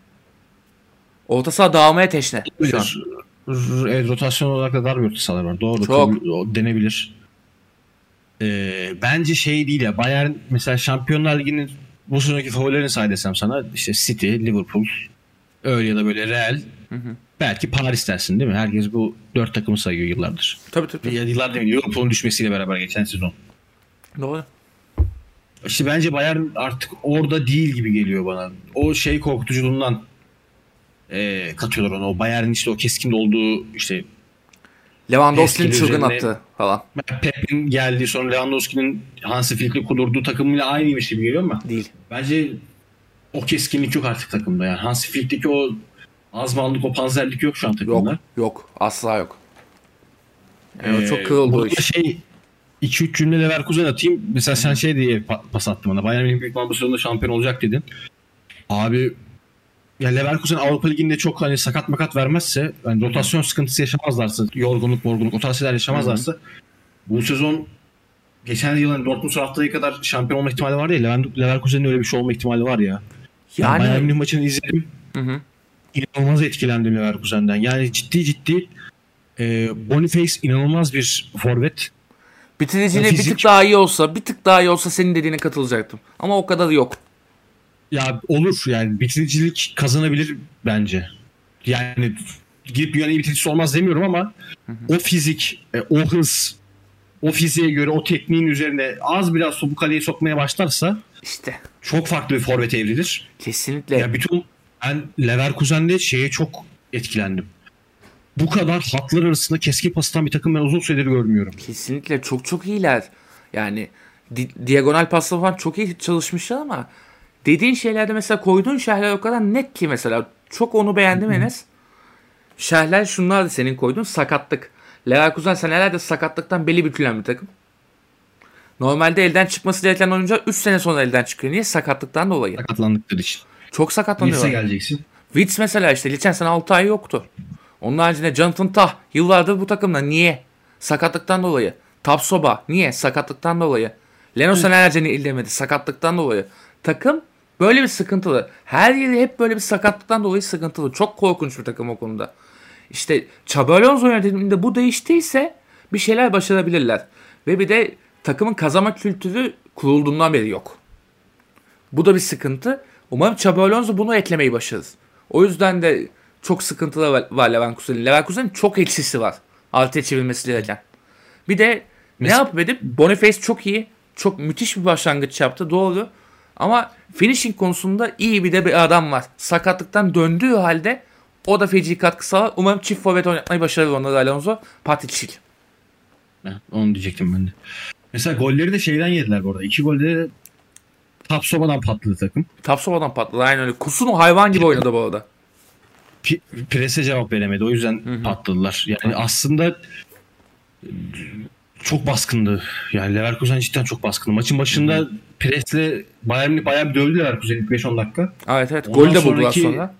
Orta saha dağılmaya teşne şu an. R- Evet, rotasyon olarak da dar bir orta sahalar var. Doğru. Çok. kabul- o denebilir. Ee, bence şey değil ya. Bayern mesela Şampiyonlar Ligi'nin bu sonraki favorilerini say desem sana, işte City, Liverpool, öyle ya da böyle Real, belki Paris dersin değil mi? Herkes bu dört takımı sayıyor yıllardır. Tabii tabii. tabii. Ya yıllar değil, Liverpool'un düşmesiyle beraber geçen sezon. Doğru. İşte bence Bayern artık orada değil gibi geliyor bana. O şey korkutuculuğundan e, katıyorlar ona. O Bayern'in işte o keskin olduğu işte Lewandowski'nin Eskileri çılgın üzerine- attı falan. Pep'in geldiği, sonra Lewandowski'nin Hansi Flick'le kurduğu takımıyla aynıymış gibi geliyor ama Değil. bence o keskinlik yok artık takımda. Yani Hansi Flick'teki o azmanlık, o panzerlik yok şu an takımda. Yok. Yok. Asla yok. Yani o Ee, çok kırıldı o burada iş. şey iki üç cümle Leverkusen atayım. Mesela sen şey diye pa- pas attın bana. Bayern Münih büyük ihtimalle bu sezonda şampiyon olacak dedin. Abi ya Leverkusen Avrupa Ligi'nde çok hani sakat makat vermezse, yani rotasyon sıkıntısı yaşamazlarsa, yorgunluk morgunluk o tarz şeyler yaşamazlarsa bu sezon geçen yılın Dortmund haftayı kadar şampiyon olma ihtimali var ya, Lever- Leverkusen'in öyle bir şey olma ihtimali var ya. Yani Bayern Yani Münih maçını izledim. hı hı. İnanılmaz etkilendim Leverkusen'den. Yani ciddi ciddi e, Boniface inanılmaz bir forvet. bitiriciliği O bir fizik- tık daha iyi olsa, bir tık daha iyi olsa senin dediğine katılacaktım. Ama o kadar yok. Ya olur yani, bitiricilik kazanabilir bence. Yani gidip dünyanın iyi bitiricisi olmaz demiyorum ama o fizik, e, o hız, o fiziğe göre o tekniğin üzerine az biraz topu kaleye sokmaya başlarsa İşte çok farklı bir forvet evrilir. kesinlikle. Ya bütün ben Leverkusen'de şeye çok etkilendim. Bu kadar hatlar arasında keskin pas atan bir takım ben uzun süredir görmüyorum. Kesinlikle çok çok iyiler. Yani di- diagonal pasla falan çok iyi çalışmışlar ama dediğin şeylerde mesela koyduğun şeyler o kadar net ki mesela. Çok onu beğendim Enes. Şerhler şunlardı senin koyduğun sakatlık. Leverkusen senelerde sakatlıktan beli bükülen bir takım. Normalde elden çıkması gereken oyuncular üç sene sonra elden çıkıyor. Niye? Sakatlıktan dolayı. Sakatlandıkları için. Çok Birisi sakatlanıyorlar. geleceksin. Witz mesela işte geçen sene altı ay yoktu. Onun haricinde Jonathan Tah yıllardır bu takımda. Niye? Sakatlıktan dolayı. Tapsoba. Niye? Sakatlıktan dolayı. Leno senelerce ilerlemedi sakatlıktan dolayı. Takım böyle bir sıkıntılı. Her yeri hep böyle bir sakatlıktan dolayı sıkıntılı. Çok korkunç bir takım o konuda. İşte Xabi Alonso yönetiminde bu değiştiyse bir şeyler başarabilirler. Ve bir de takımın kazanma kültürü kurulduğundan beri yok. Bu da bir sıkıntı. Umarım Xabi Alonso bunu eklemeyi başarır. O yüzden de çok sıkıntılı var Leverkusen'in. Leverkusen'in çok eksisi var. Altıya çevirmesi gereken. Bir de Mes- ne yapıp edip Boniface çok iyi. Çok müthiş bir başlangıç yaptı. Doğru. Ama finishing konusunda iyi bir de bir adam var. Sakatlıktan döndüğü halde o da feci katkı sağlar. Umarım çift forvet oynatmayı başarır onları Alonso. Patrick. Onu diyecektim ben de. Mesela golleri de şeyden yediler bu arada. İki golleri de Tapsova'dan patladı takım. Tapsova'dan patladı aynen öyle. Kusunu hayvan gibi oynadı bu arada. P- prese cevap veremedi. O yüzden Hı-hı. patladılar. Yani Hı-hı. aslında çok baskındı. Yani Leverkusen cidden çok baskındı. Maçın başında Hı-hı. presle Bayern'i bayağı bir dövdü Leverkusen ilk beş on dakika. Evet evet. Gol de buldular sonra.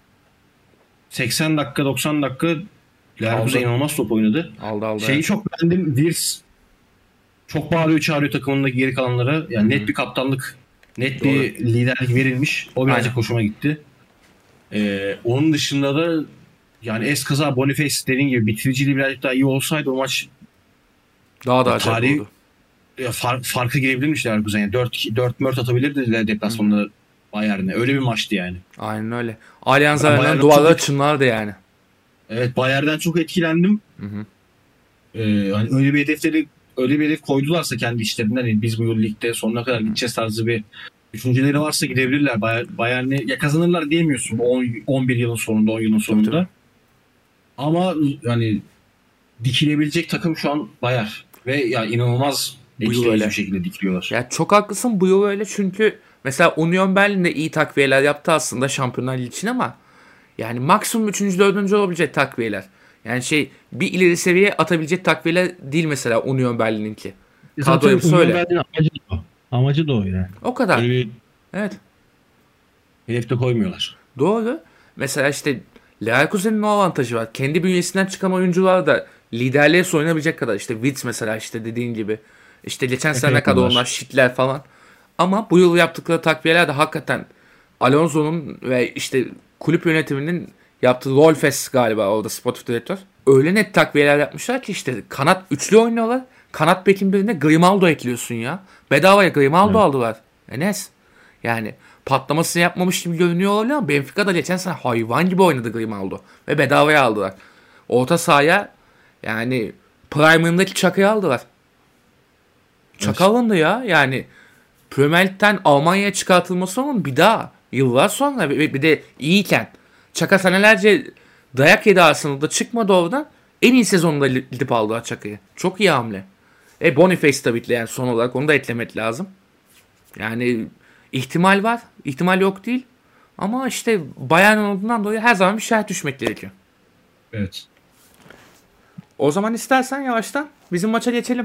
seksen dakika doksan dakika Leverkusen inanılmaz top oynadı. Aldı aldı. Şeyi çok beğendim. Wirtz çok bağırıyor çağırıyor takımındaki geri kalanlara. Yani Hı-hı. net bir kaptanlık, net Doğru. bir liderlik verilmiş. O birazcık Aynen. hoşuma gitti. Ee, onun dışında da yani eskaza Boniface dediğin gibi bitiriciliği birazcık daha iyi olsaydı o maç daha da acayip oldu. Far, farkı girebilirmiş Leverkusen. Yani dört dört mört atabilirdi deplasmanda Bayern'e. Öyle bir maçtı yani. Aynen öyle. Allianz Arena'nın duvarları çınlardı yani. Evet, Bayern'den çok etkilendim. Hı hı. Ee, hani öyle bir hedefleri öyle bir hedef koydularsa kendi işlerinden yani biz bu yıl ligde sonuna kadar gideceğiz tarzı bir düşünceleri varsa gidebilirler. Bayern'e ya kazanırlar diyemiyorsun on bir yılın sonunda, on yılın sonunda. Tabii, tabii. Ama yani dikilebilecek takım şu an Bayern ve ya inanılmaz etkileyici bir şekilde dikiliyorlar. Ya çok haklısın bu yıl öyle çünkü mesela Union Berlin de iyi takviyeler yaptı aslında Şampiyonlar Ligi için ama yani maksimum üçüncü dördüncü olabilecek takviyeler. Yani şey bir ileri seviye atabilecek takviyeler değil mesela Union Berlin'inki. Kadro yapısı öyle. Amacı da o. Amacı da o yani. O kadar. Bir evet. Hedef de koymuyorlar. Doğru. Mesela işte Leverkusen'in o avantajı var. Kendi bünyesinden çıkan oyuncular da liderliğe soyunabilecek kadar. İşte Wirtz mesela işte dediğin gibi. İşte geçen sene kadar onlar Şitler falan. Ama bu yıl yaptıkları takviyeler de hakikaten Alonso'nun ve işte kulüp yönetiminin yaptığı Rolfes galiba orada sportif direktör. Öyle net takviyeler yapmışlar ki işte kanat üçlü oynuyorlar. Kanat bekin birine Grimaldo ekliyorsun ya. Bedavaya Grimaldo evet. aldılar. Enes. Yani patlamasını yapmamış gibi görünüyor olabilir ama Benfica'da geçen sene hayvan gibi oynadı Grimaldo. Ve bedavaya aldılar. Orta sahaya yani Prime'ındaki Çaka'yı aldılar. Çaka evet. alındı ya. Yani Premier Lig'den Almanya'ya çıkartılması onun bir daha yıllar sonra bir de iyiyken Çaka senelerce dayak yedi Arsenal'da çıkmadı oradan. En iyi sezonunda gidip aldılar Çaka'yı. Çok iyi hamle. E Boniface tabii ki yani son olarak onu da eklemek lazım. Yani ihtimal var. İhtimal yok değil. Ama işte Bayern olduğundan dolayı her zaman bir şart düşmek gerekiyor. Evet. O zaman istersen yavaştan bizim maça geçelim.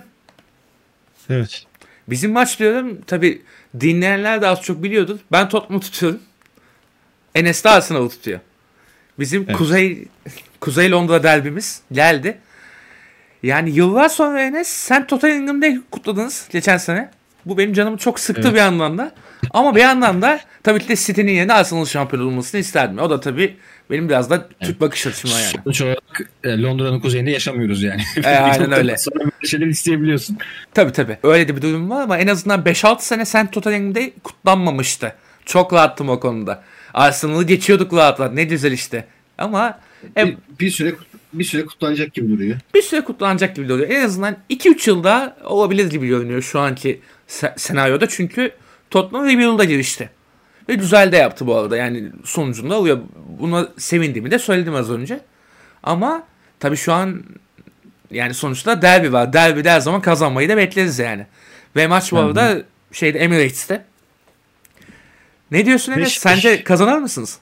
Evet. Bizim maç diyorum tabii dinleyenler de az çok biliyordur. Ben Tottenham'ı tutuyorum. Enes de Arsenal'ı tutuyor. Bizim evet. Kuzey Kuzey Londra derbimiz geldi. Yani yıllar sonra Enes sen Tottenham'da kutladınız geçen sene. Bu benim canımı çok sıktı evet. bir yandan da. Ama bir yandan da tabii ki de City'nin yerine Arsenal'ın şampiyon olmasını isterdim. O da tabii benim biraz da Türk evet. bakış açıma yani. Sonuç olarak Londra'nın kuzeyinde yaşamıyoruz yani. E, aynen öyle. Sonra böyle şeyler isteyebiliyorsun. Tabii tabii. Öyle de bir durum var ama en azından beş altı sene sen Tottenham'da kutlanmamıştı. Çok rahattım o konuda. Arsenal'ı geçiyorduk rahatla. Ne güzel işte. Ama bir, e, bir süre bir süre kutlanacak gibi duruyor. Bir süre kutlanacak gibi duruyor. En azından iki üç yılda olabilir gibi görünüyor şu anki se- senaryoda. Çünkü Tottenham rebuild'a girişti. Ve güzel de yaptı bu arada. Yani sonucunda oluyor. Buna sevindiğimi de söyledim az önce. Ama tabii şu an yani sonuçta derbi var. Derbide her zaman kazanmayı da bekleriz yani. Ve maç bu arada şeyde Emirates'te. Ne diyorsun Enes? Sence kazanır mısınız?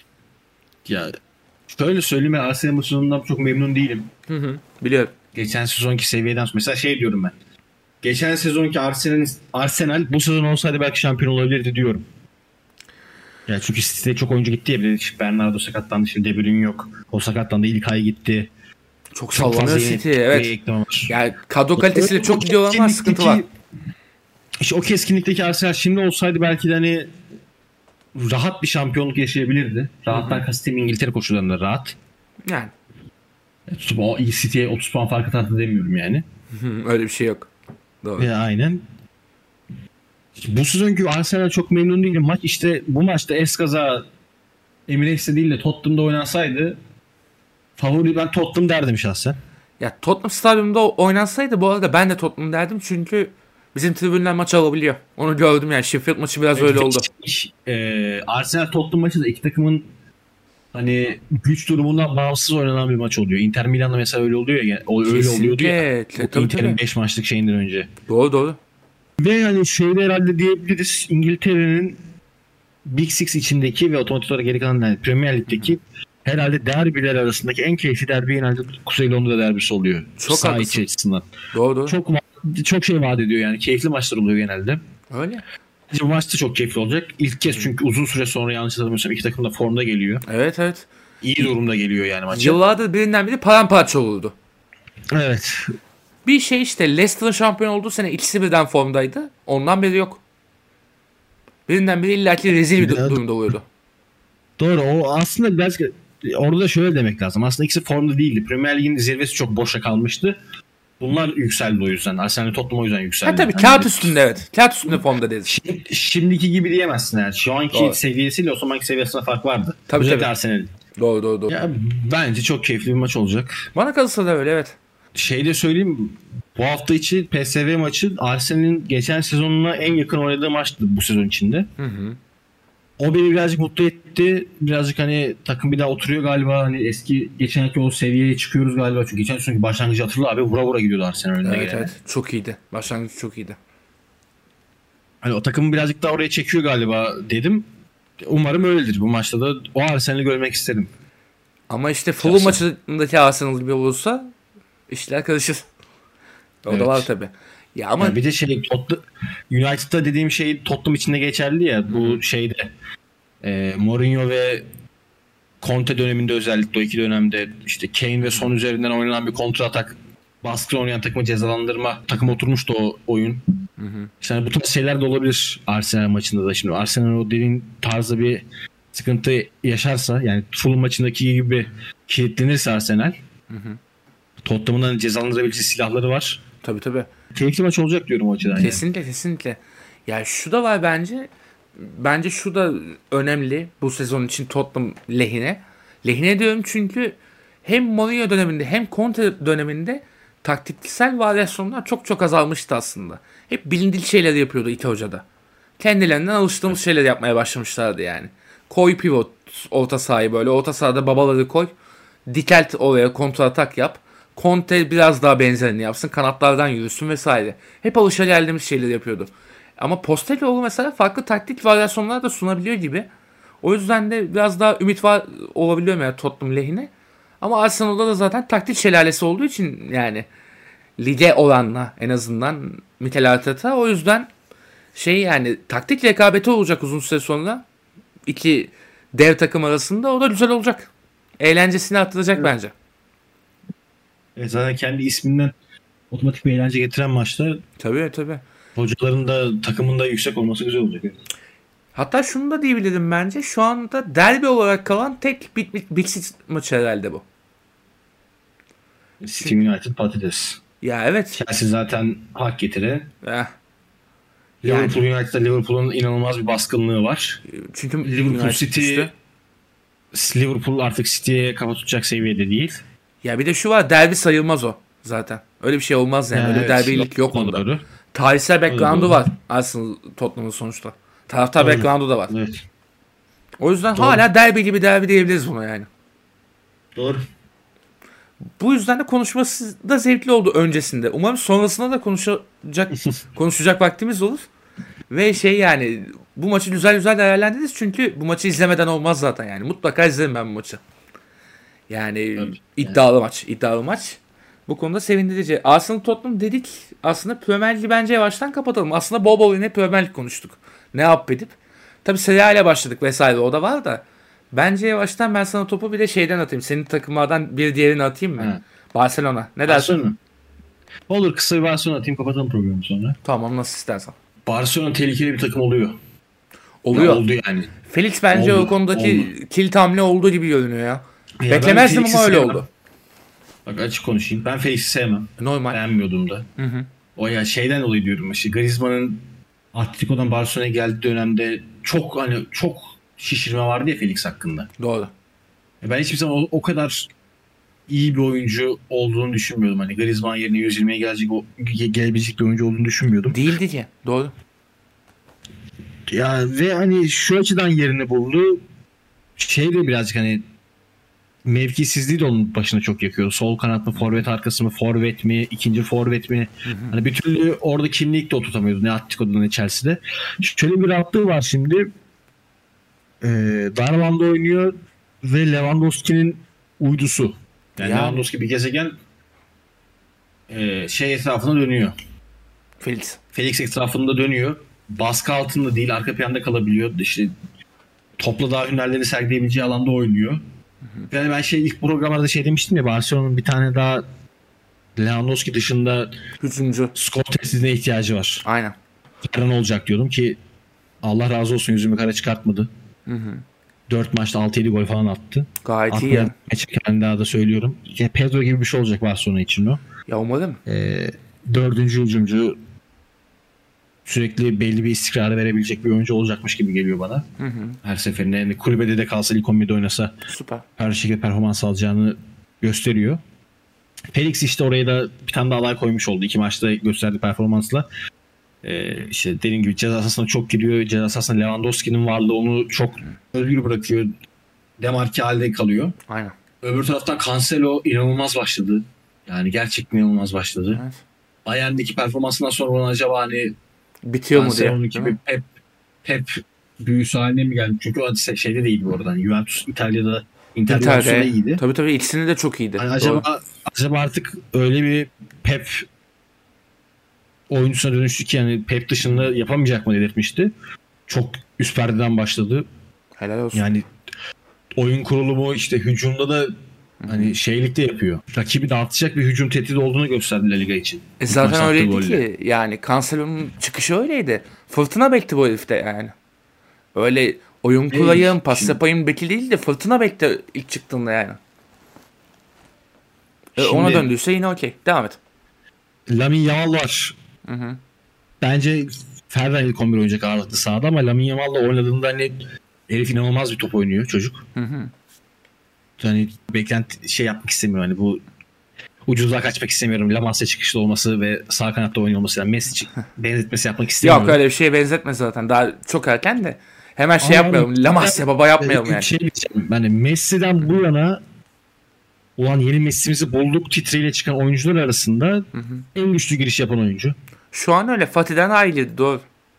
Ya şöyle söyleyeyim, ben Arsenal maçından çok memnun değilim. Hı hı, biliyorum. Geçen sezonki seviyeden mesela şey diyorum ben. Geçen sezonki Arsenal, Arsenal bu sezon olsaydı belki şampiyon olabilirdi diyorum. Yani çünkü City'de çok oyuncu gitti ya. Bir de Bernardo sakatlandı, şimdi De Bruyne yok. O sakatlandı, İlkay gitti. Çok sallanıyor City, evet. Yani kadro kalitesiyle çok gidiyor ama sıkıntı var. İşte o keskinlikteki Arsenal şimdi olsaydı belki de hani rahat bir şampiyonluk yaşayabilirdi. Rahattan kastım İngiltere koşullarında rahat. Yani. Tutup o City'ye otuz puan fark atardı demiyorum yani. Öyle bir şey yok. Doğru. E, aynen. Bu sezonki Arsenal çok memnun değilim. Maç işte bu maçta eskaza Emirates'te değil de Tottenham'da oynansaydı favori ben Tottenham derdim şahsen. Ya Tottenham stadyumunda oynansaydı bu arada ben de Tottenham derdim çünkü bizim tribünler maçı alabiliyor. Onu gördüm yani. Sheffield maçı biraz öyle oldu. E, Arsenal Tottenham maçı da iki takımın hani güç durumundan bağımsız oynanan bir maç oluyor. Inter Milan'da mesela öyle oluyor ya. Öyle Kesinlikle. oluyordu ya. Tabii, Inter'in beş maçlık şeyinden önce. Doğru doğru. Ve hani şeyde herhalde diyebiliriz İngiltere'nin Big Six içindeki ve otomatik olarak geri kalan yani Premier Lig'deki herhalde derbiler arasındaki en keyifli derbi genelde Kuzey Londra derbisi oluyor. Çok Sağ haklısın. içi açısından. Doğru doğru. Çok çok şey vaat ediyor yani. Keyifli maçlar oluyor genelde. Öyle. Bu maç da çok keyifli olacak. İlk kez çünkü uzun süre sonra yanlış hatırlamıyorsam iki takım da formda geliyor. Evet evet. İyi durumda geliyor yani maça. Yıllardır birinden biri paramparça olurdu. Evet. Bir şey işte Leicester'ın şampiyon olduğu sene ikisi birden formdaydı. Ondan beri yok. Birinden biri illaki rezil bir Evet. durumda oluyordu. Doğru. O aslında biraz orada da şöyle demek lazım. Aslında ikisi formda değildi. Premier Lig'in zirvesi çok boşa kalmıştı. Bunlar yükseldi o yüzden. Arsenal Tottenham o yüzden yükseldi. Ha tabii yani kağıt üstünde evet. Kağıt üstünde formda deriz. Şimdi, şimdiki gibi diyemezsin yani. Şu anki Doğru. seviyesiyle o zamanki seviyesine fark vardı. Tabii, Özellikle tabii. Arsenal'in. Doğru doğru doğru. Ya, bence çok keyifli bir maç olacak. Bana kalırsa da öyle evet. Şey de söyleyeyim. Bu hafta içi P S V maçı Arsenal'in geçen sezonuna en yakın oynadığı maçtı bu sezon içinde. Hı hı. O beni birazcık mutlu etti. Birazcık hani takım bir daha oturuyor galiba. Hani eski geçenki o seviyeye çıkıyoruz galiba. Çünkü geçen sezonki başlangıcı hatırla abi. Vura vura gidiyordu Arsenal önüne Evet gelene. evet. Çok iyiydi. Başlangıç çok iyiydi. Hani o takımı birazcık daha oraya çekiyor galiba dedim. Umarım öyledir. Bu maçta da o Arsenal'i görmek isterim. Ama işte Fulham Şahsen. maçındaki Arsenal gibi olursa işler karışır. O Evet. da var tabii. Ya ama Ya bir de şey Tot- United'da dediğim şey Tottenham içinde geçerli ya. Bu şeyde e, Mourinho ve Conte döneminde özellikle o iki dönemde işte Kane ve Son üzerinden oynanan bir kontra atak baskı oynayan takımı cezalandırma takım oturmuştu o oyun. Hı hı. İşte hani bu tarz şeyler de olabilir Arsenal maçında da. Şimdi Arsenal o dediğin tarzda bir sıkıntı yaşarsa yani Fulham maçındaki gibi kilitlenirse Arsenal Hı hı. Tottenham'ın hani cezalandırabileceği silahları var. tabii tabii. Keyifli maç olacak diyorum o açıdan. Yani. Kesinlikle kesinlikle. Ya şu da var bence. Bence şu da önemli bu sezon için Tottenham lehine. Lehine diyorum çünkü hem Mourinho döneminde hem Conte döneminde taktiksel varyasyonlar çok çok azalmıştı aslında. Hep bilindik şeyler yapıyordu İki Hoca da. Kendilerinden alıştığımız şeyler yapmaya başlamışlardı yani. Koy pivot orta sahayı böyle. Orta sahada babaları koy. Dikelt oraya kontra atak yap. Conte biraz daha benzerini yapsın. Kanatlardan yürüsün vesaire. Hep alışageldiğimiz şeyleri yapıyordu. Ama Postecoglou mesela farklı taktik varyasyonlar da sunabiliyor gibi. O yüzden de biraz daha ümit var olabiliyorum yani Tottenham lehine. Ama Arsenal'da da zaten taktik şelalesi olduğu için yani lige oranla en azından Mikel Arteta. O yüzden şey yani taktik rekabeti olacak uzun süre sonra. İki dev takım arasında o da güzel olacak. Eğlencesini arttıracak Evet. bence. Evet, zaten kendi isminden otomatik bir eğlence getiren maçta Tabii tabii. hocaların da takımın da yüksek olması güzel olacak. Evet. Hatta şunu da diyebilirim bence. Şu anda derbi olarak kalan tek Big, Big, Big Six maçı herhalde bu. City United patates. Ya evet. Chelsea zaten hak getire. Eh, yani, Liverpool United'da Liverpool'un inanılmaz bir baskınlığı var. çünkü Liverpool United City üstü. Liverpool artık City'ye kafa tutacak seviyede değil. Ya bir de şu var, derbi sayılmaz o zaten. Öyle bir şey olmaz yani. Öyle Evet, derbilik yok o da onda. doğru. Tarihsel background'u doğru. var Arsenal Tottenham'ın sonuçta. Taraftar Doğru. background'u da var. Evet. O yüzden Doğru. hala derbi gibi derbi diyebiliriz buna yani. Doğru. Bu yüzden de konuşması da zevkli oldu öncesinde. Umarım sonrasında da konuşacak konuşacak vaktimiz olur. Ve şey yani bu maçı güzel güzel değerlendiririz çünkü bu maçı izlemeden olmaz zaten yani. Mutlaka izlerim ben bu maçı. Yani Evet. iddialı maç, iddialı maç. Bu konuda sevindirici. Arsenal Tottenham dedik. Aslında Premier Ligi bence yavaştan kapatalım. Aslında bol bol yine Premier Lig konuştuk. Ne yap edip. Tabii Serie A ile başladık vesaire, o da var da. Bence yavaştan ben sana topu bir de şeyden atayım. Senin takımlardan bir diğerini atayım mı? Ha. Barcelona. Ne dersin? Barcelona. Olur, kısa bir Barcelona atayım, kapatalım programı sonra. Tamam, nasıl istersen. Barcelona tehlikeli bir takım oluyor. Oluyor. Ya oldu yani. Felix bence Oldu, o konudaki oldu. kilit hamle olduğu gibi görünüyor ya. Ya Beklemezdim Felix'i ama öyle sevmem. oldu. Bak açık konuşayım. Ben Felix'i sevmem. Normal. Beğenmiyordum da. Hı hı. O ya şeyden dolayı diyorum. İşte Griezmann'ın Atletico'dan Barcelona'ya geldiği dönemde çok hani çok şişirme vardı ya Felix hakkında. Doğru. Ben hiçbir zaman o, o kadar iyi bir oyuncu olduğunu düşünmüyordum. Hani Griezmann yerine yüz yirmiye gelecek o ge- gelebilecek bir oyuncu olduğunu düşünmüyordum. Değildi ki. Doğru. Ya ve hani şu açıdan yerini buldu. Şey de birazcık hani mevkisizliği de onun başına çok yakıyor. Sol kanat mı, forvet arkası mı, forvet mi, ikinci forvet mi? Hı hı. Hani bir türlü orada kimlik de oturtamıyordu ne Atletico'da ne Chelsea'de. Şöyle bir rahatlığı var şimdi. Ee, Darwin'de oynuyor ve Lewandowski'nin uydusu. Yani ya. Lewandowski bir gezegen e, şey etrafında dönüyor. Felix. Felix etrafında dönüyor. Baskı altında değil, arka planda kalabiliyor. İşte topla daha hünerleri sergileyebileceği alanda oynuyor. Hı hı. Yani ben şey ilk programlarda şey demiştim ya, Barcelona'nın bir tane daha Lewandowski dışında hücumcu skor testine ihtiyacı var. Aynen. Yarın olacak diyordum ki Allah razı olsun, yüzümü kara çıkartmadı. Hı hı. dört maçta altı yedi gol falan attı. Gayet Atmadan iyi ya. Geçerken daha da söylüyorum. Ya Pedro gibi bir şey olacak Barcelona için o. Ya umarım. Ee, dördüncü hücumcu, sürekli belli bir istikrarı verebilecek bir oyuncu olacakmış gibi geliyor bana. Hı hı. Her seferinde yani kulübede de kalsa, ilk on birde oynasa süper, her şekilde performans alacağını gösteriyor. Felix işte oraya da bir tane daha aday koymuş oldu. İki maçta gösterdiği performansla. Ee, işte dediğim gibi ceza sahasına çok giriyor. Ceza sahasında Lewandowski'nin varlığı onu çok özgür bırakıyor. Demarke halde kalıyor. Aynen. Öbür taraftan Cancelo inanılmaz başladı. Yani gerçekten inanılmaz başladı. Evet. Bayern'deki performansından sonra ona acaba hani bitiyor mu diye. Cancelo'nun gibi Pep, Pep büyüsü haline mi geldi? Çünkü o şeyde değildi bu arada. Yani Juventus İtalya'da Inter Juventus'ta iyiydi. Tabii tabii ikisinde de çok iyiydi. Yani acaba, acaba artık öyle bir Pep oyuncusuna dönüştü ki yani Pep dışında yapamayacak mı delirtmişti. Çok üst perdeden başladı. Helal olsun. Yani oyun kurulumu işte hücumda da hani şeylik de yapıyor. Rakibi dağıtacak bir hücum tehdidi olduğunu gösterdi La Liga için. E zaten öyleydi golle. Ki yani Cancelo'nun çıkışı öyleydi. Fırtına bekti bu herifte yani. Öyle oyun kurayım, pas şimdi, yapayım bekli değil de fırtına bekti ilk çıktığında yani. Şimdi, Ona döndüyse yine okey. Devam et. Lamine Yamal var. Hı hı. Bence Ferran ilk on bir oynayacak ağırlıklı sahada ama Lamine Yamal'la oynadığında hani herif inanılmaz bir top oynuyor çocuk. Hı hı. Yani beklenti şey yapmak istemiyorum. Hani bu ucuzluğa kaçmak istemiyorum. La Masia çıkışlı olması ve sağ kanatta oynuyor olması. Yani Messi benzetmesi yapmak istemiyorum. Yok öyle bir şeye benzetme zaten. Daha çok erken de. Hemen şey ama yapmayalım. La Masia baba yapmayalım yani. Şey diyeceğim. Yani Messi'den bu yana ulan yeni Messi'mizi bulduk titriyle çıkan oyuncular arasında hı hı. en güçlü giriş yapan oyuncu. Şu an öyle. Fatih'den ayrıydı. Doğru.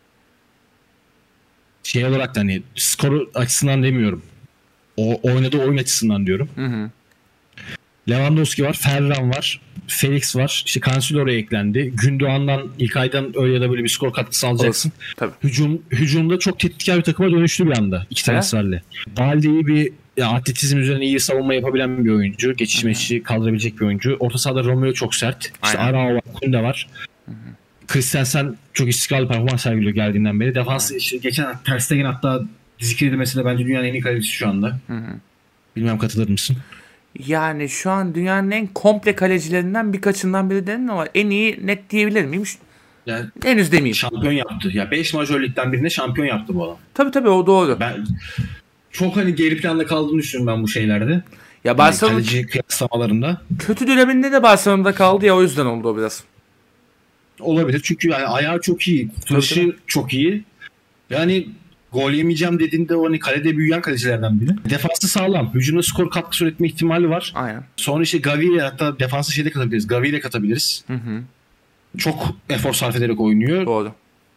Şey olarak da hani skoru açısından demiyorum. O oynadığı oyun açısından diyorum. Hı hı. Lewandowski var, Ferran var, Felix var. İşte Cancelo oraya eklendi. Gündoğan'dan, İlkay'dan öyle ya da böyle bir skor katkısı alacaksın. Tabii. Hücum hücumda çok tehditkar bir takıma dönüştü bir anda iki transferle. Balde iyi bir ya, atletizm üzerine iyi savunma yapabilen bir oyuncu. Geçiş meşi kaldırabilecek bir oyuncu. Orta sahada Romeo çok sert. İşte Arao var, Kunde var. Christensen çok istikrarlı performans sergiliyor geldiğinden beri. Defans işte geçen Ter Stegen hatta zikredilmesi de bence dünyanın en iyi kalecisi şu anda. Hı hı. Bilmem katılır mısın? Yani şu an dünyanın en komple kalecilerinden birkaçından biri dedim ama en iyi net diyebilir miyim? Yani henüz demeyeyim. Şampiyon yaptı. Ya beş majör ligden birinde şampiyon yaptı bu adam. Tabii tabii o doğru. Ben çok hani geri planda kaldığını düşünüyorum ben bu şeylerde. Ya Barcelona yani kaleci kıyaslamalarında. Kötü döneminde de Barcelona'da kaldı ya, o yüzden oldu o biraz. Olabilir çünkü yani ayağı çok iyi, kurtarışı çok iyi. Yani gol yemeyeceğim dediğinde o hani kalede büyüyen kalecilerden biri. Defansı sağlam. Hücumda skor katkısı üretme ihtimali var. Aynen. Sonra işte Gavi'yle hatta defansı şeyde katabiliriz. Gavi'yle katabiliriz. Hı hı. Çok efor sarf ederek oynuyor. Doğru.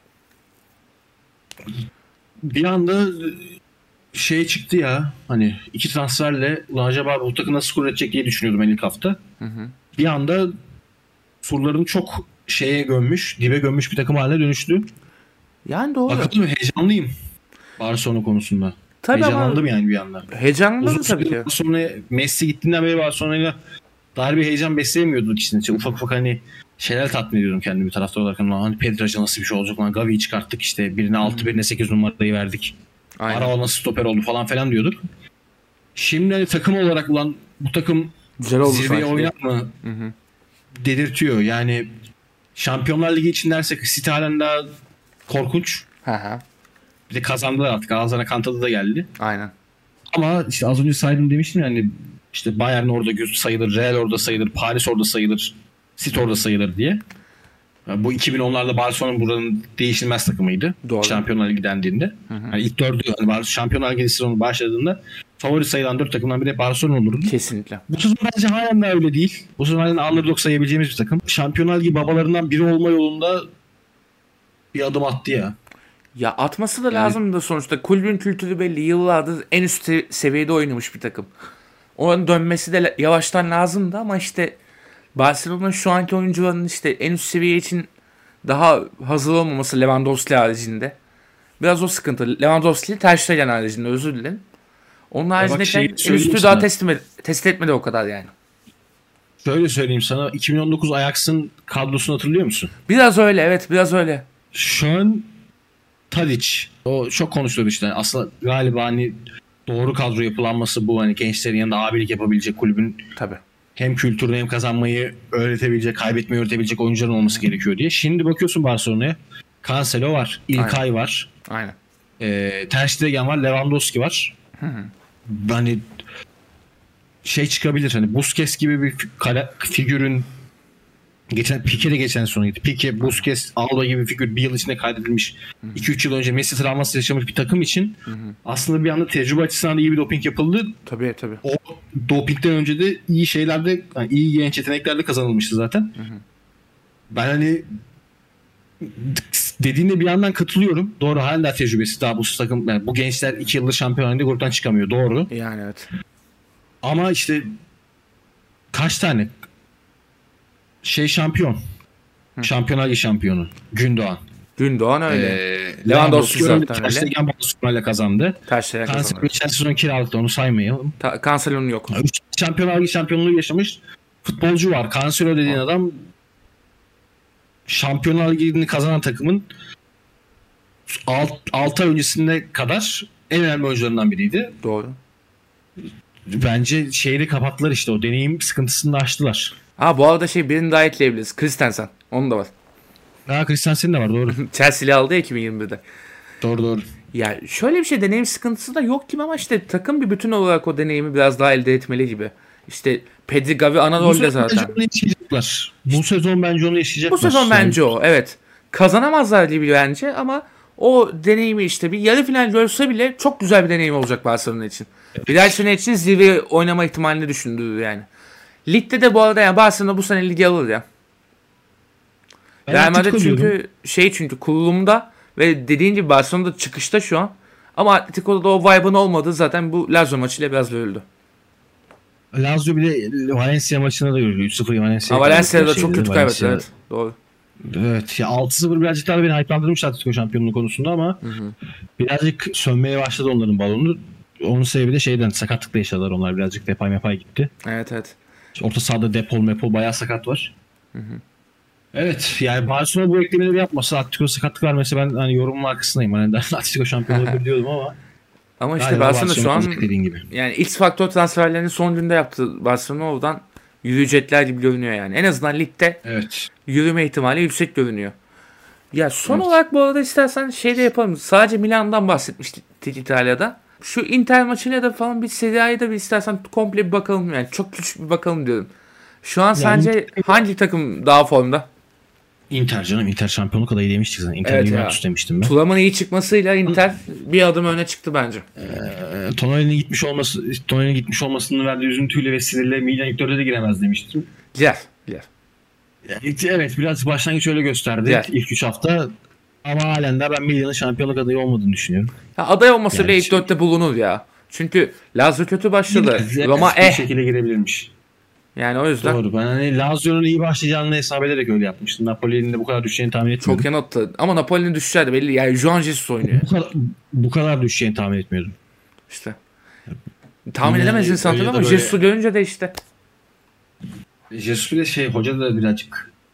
Bir anda şey çıktı ya, hani iki transferle ulan acaba bu takım nasıl skor edecek diye düşünüyordum ben ilk hafta. Hı hı. Bir anda surlarını çok şeye gömmüş, dibe gömmüş bir takım haline dönüştü. Yani doğru. Bakalım, heyecanlıyım Barcelona konusunda. Tabii Heyecanlandım ama yani bir yandan. Heyecanlandım tabii ki. Sonra Messi gittiğinden beri Barcelona'yla daha bir heyecan besleyemiyorduk işte. Ufak ufak hani şeyler tatmin ediyorum kendimi taraftar olarak. Hani Pedracı nasıl bir şey olacak lan, Gavi'yi çıkarttık işte, birine altı birine sekiz numarayı verdik. Aynen. Araba nasıl stoper oldu falan falan diyorduk. Şimdi hani takım olarak ulan bu takım Güzel oldu zirveye sanki. oynar mı Hı hı. dedirtiyor. Yani Şampiyonlar Ligi için dersek City halen daha korkunç. Hı hı. Bir de kazandılar artık. Ağzına kantadı da geldi. Aynen. Ama işte az önce saydım demiştim yani, işte Bayern orada sayılır, Real orada sayılır, Paris orada sayılır, City orada sayılır diye. Bu iki bin onlarda Barcelona buranın değişilmez takımıydı. Doğru. Şampiyonlar Ligi dendiğinde. Hı hı. Yani ilk dördü, yani Şampiyonlar Ligi sezonu başladığında favori sayılan dört takımdan biri Barcelona olurdu. Kesinlikle. Bu sezon bence halen de öyle değil. Bu sezon halen underdog sayabileceğimiz bir takım. Şampiyonlar Ligi babalarından biri olma yolunda bir adım attı ya. Ya atması da Yani, lazım da sonuçta kulübün kültürü belli. Yıllardır en üst seviyede oynamış bir takım. Onun dönmesi de yavaştan lazımdı ama işte Barcelona'nın şu anki oyuncularının işte en üst seviye için daha hazır olmaması Lewandowski haricinde. Biraz o sıkıntı. Lewandowski Ter Stegen haricinde, özür dilerim. Onun haricinde şey en üstü daha test, test etmedi o kadar yani. Şöyle söyleyeyim sana, iki bin on dokuz Ajax'ın kadrosunu hatırlıyor musun? Biraz öyle, evet, biraz öyle. Şu an Tadic. O çok konuşuluyordu işte. Aslında galiba hani doğru kadro yapılanması bu. Hani gençlerin yanında abilik yapabilecek kulübün. Tabii. Hem kültürünü hem kazanmayı öğretebilecek, kaybetmeyi öğretebilecek oyuncuların olması gerekiyor diye. Şimdi bakıyorsun Barcelona'ya. Cancelo var. İlkay Aynen. var. Aynen. E, Ter Stegen var. Lewandowski var. Hı hı. Hani şey çıkabilir. Hani Busquets gibi bir kara, figürün geçen Piqué de geçen sonu gitti. Piqué, Busquets, Alba gibi bir figür bir yıl içinde kaydedilmiş. iki üç yıl önce Messi travması yaşamış bir takım için hı hı. aslında bir anda tecrübe açısından da iyi bir doping yapıldı. Tabii tabii. O dopingden önce de iyi şeylerde, yani iyi genç yeteneklerde kazanılmıştı zaten. Hı hı. Ben hani dediğine bir yandan katılıyorum. Doğru, hala tecrübesi daha bu takım, yani bu gençler iki yıldır Şampiyonlar Ligi gruptan çıkamıyor. Doğru. Yani evet. Ama işte kaç tane şey şampiyon? Hı. Şampiyonlar Ligi şampiyonu. Gündoğan. Gündoğan öyle. Ee, Lewandowski zaten öyle. Ter Stegen Barcelona'yla kazandı. Ter Stegen kazandı. Cancelo geçen sezon kiralıktı, onu saymayalım. Ta- Cancelo'nun yok. Üç Şampiyonlar Ligi şampiyonluğu yaşamış futbolcu var. Cancelo dediğin ha. adam Şampiyonlar Ligi'ni kazanan takımın altı ay öncesine kadar en önemli oyuncularından biriydi. Doğru. Bence şeyi kapattılar işte, o deneyim sıkıntısını da aştılar. Ha bu arada şey, birini daha ekleyebiliriz. Christensen. Onun da var. Ha, Christensen de var, doğru. Chelsea'li aldı ya iki bin yirmi birde. Doğru doğru. Ya şöyle bir şey, deneyim sıkıntısı da yok gibi ama işte takım bir bütün olarak o deneyimi biraz daha elde etmeli gibi. İşte Pedri, Gavi ana rolde zaten. Onu yaşayacaklar. Bu sezon bence onu yaşayacaklar. Bu sezon bence o, evet. Kazanamazlar gibi bence ama o deneyimi işte bir yarı final görse bile çok güzel bir deneyim olacak Barcelona için. Evet. Bir dahaki sene için zirve oynama ihtimalini düşündürür yani. Ligde de bu arada yani Barcelona bu sene ligi alır ya. Real Madrid çünkü şey, çünkü kurulumda ve dediğin gibi Barcelona'da çıkışta şu an. Ama Atletico'da da o vibe'ın olmadığı zaten bu Lazio maçıyla biraz görüldü. Lazio bir de Valencia maçına da görüldü. üç sıfır Valencia. Valencia'da çok kötü kaybetti, evet. Doğru. Evet ya, altı sıfır birazcık daha beni hype'landırmış Atletico şampiyonluğu konusunda ama hı hı. birazcık sönmeye başladı onların balonu. Onun sebebi de şeyden, sakatlıkla yaşadılar onlar, birazcık depay mepay gitti. Evet evet. Orta sahada Depol Mepol bayağı sakat var. Hı hı. Evet yani Barcelona bu eklemeleri yapmasa, Atletico sakatlık vermesi, ben hani yorumun arkasındayım. Hani Atletico şampiyon olabilir diyordum ama ama işte Barcelona şu an yani X faktör transferlerini son günde yaptı Barcelona, oradan yürüyecekler gibi görünüyor yani. En azından ligde evet. yürüme ihtimali yüksek görünüyor. Ya son evet. olarak bu arada istersen şey de yapalım. Sadece Milan'dan bahsetmiştik İtalya'da. Şu Inter maçıyla da falan bir Serie A'ya da bir istersen komple bir bakalım yani. Çok küçük bir bakalım diyorum. Şu an yani sence hangi takım daha formda? Inter canım. Inter şampiyonluk adayı demiştik zaten. Inter evet Juventus demiştim ben. Thuram'ın iyi çıkmasıyla Inter bir adım öne çıktı bence. Ee, Tonali'nin gitmiş olması, Tonali'nin gitmiş olmasının verdiği üzüntüyle ve sinirle Milan ilk dörde de giremez demiştim. Güzel. Güzel. Yani, evet biraz başlangıç öyle gösterdi güzel. İlk üç hafta. Ama halen de ben Milan'ın şampiyonluk adayı olmadığını düşünüyorum. Ya aday olmasa yani bile ilk şey... dörtte bulunur ya. Çünkü Lazio kötü başladı. Roma eh. Bir şekilde girebilirmiş. Yani o yüzden. Doğru. Ben hani Lazio'nun iyi başlayacağını hesap ederek öyle yapmıştım. Napoli'nin de bu kadar düşeceğini tahmin etmiyordum. Çok yanılttı. Ama Napoli'nin düşeceği belli. Yani Juan Jesus oynuyor. Bu kadar, bu kadar düşeceğini tahmin etmiyordum. İşte. Tahmin yani edemez insan tabii ama böyle... Jesus'u görünce de işte. Jesus bile şey, hoca da birazcık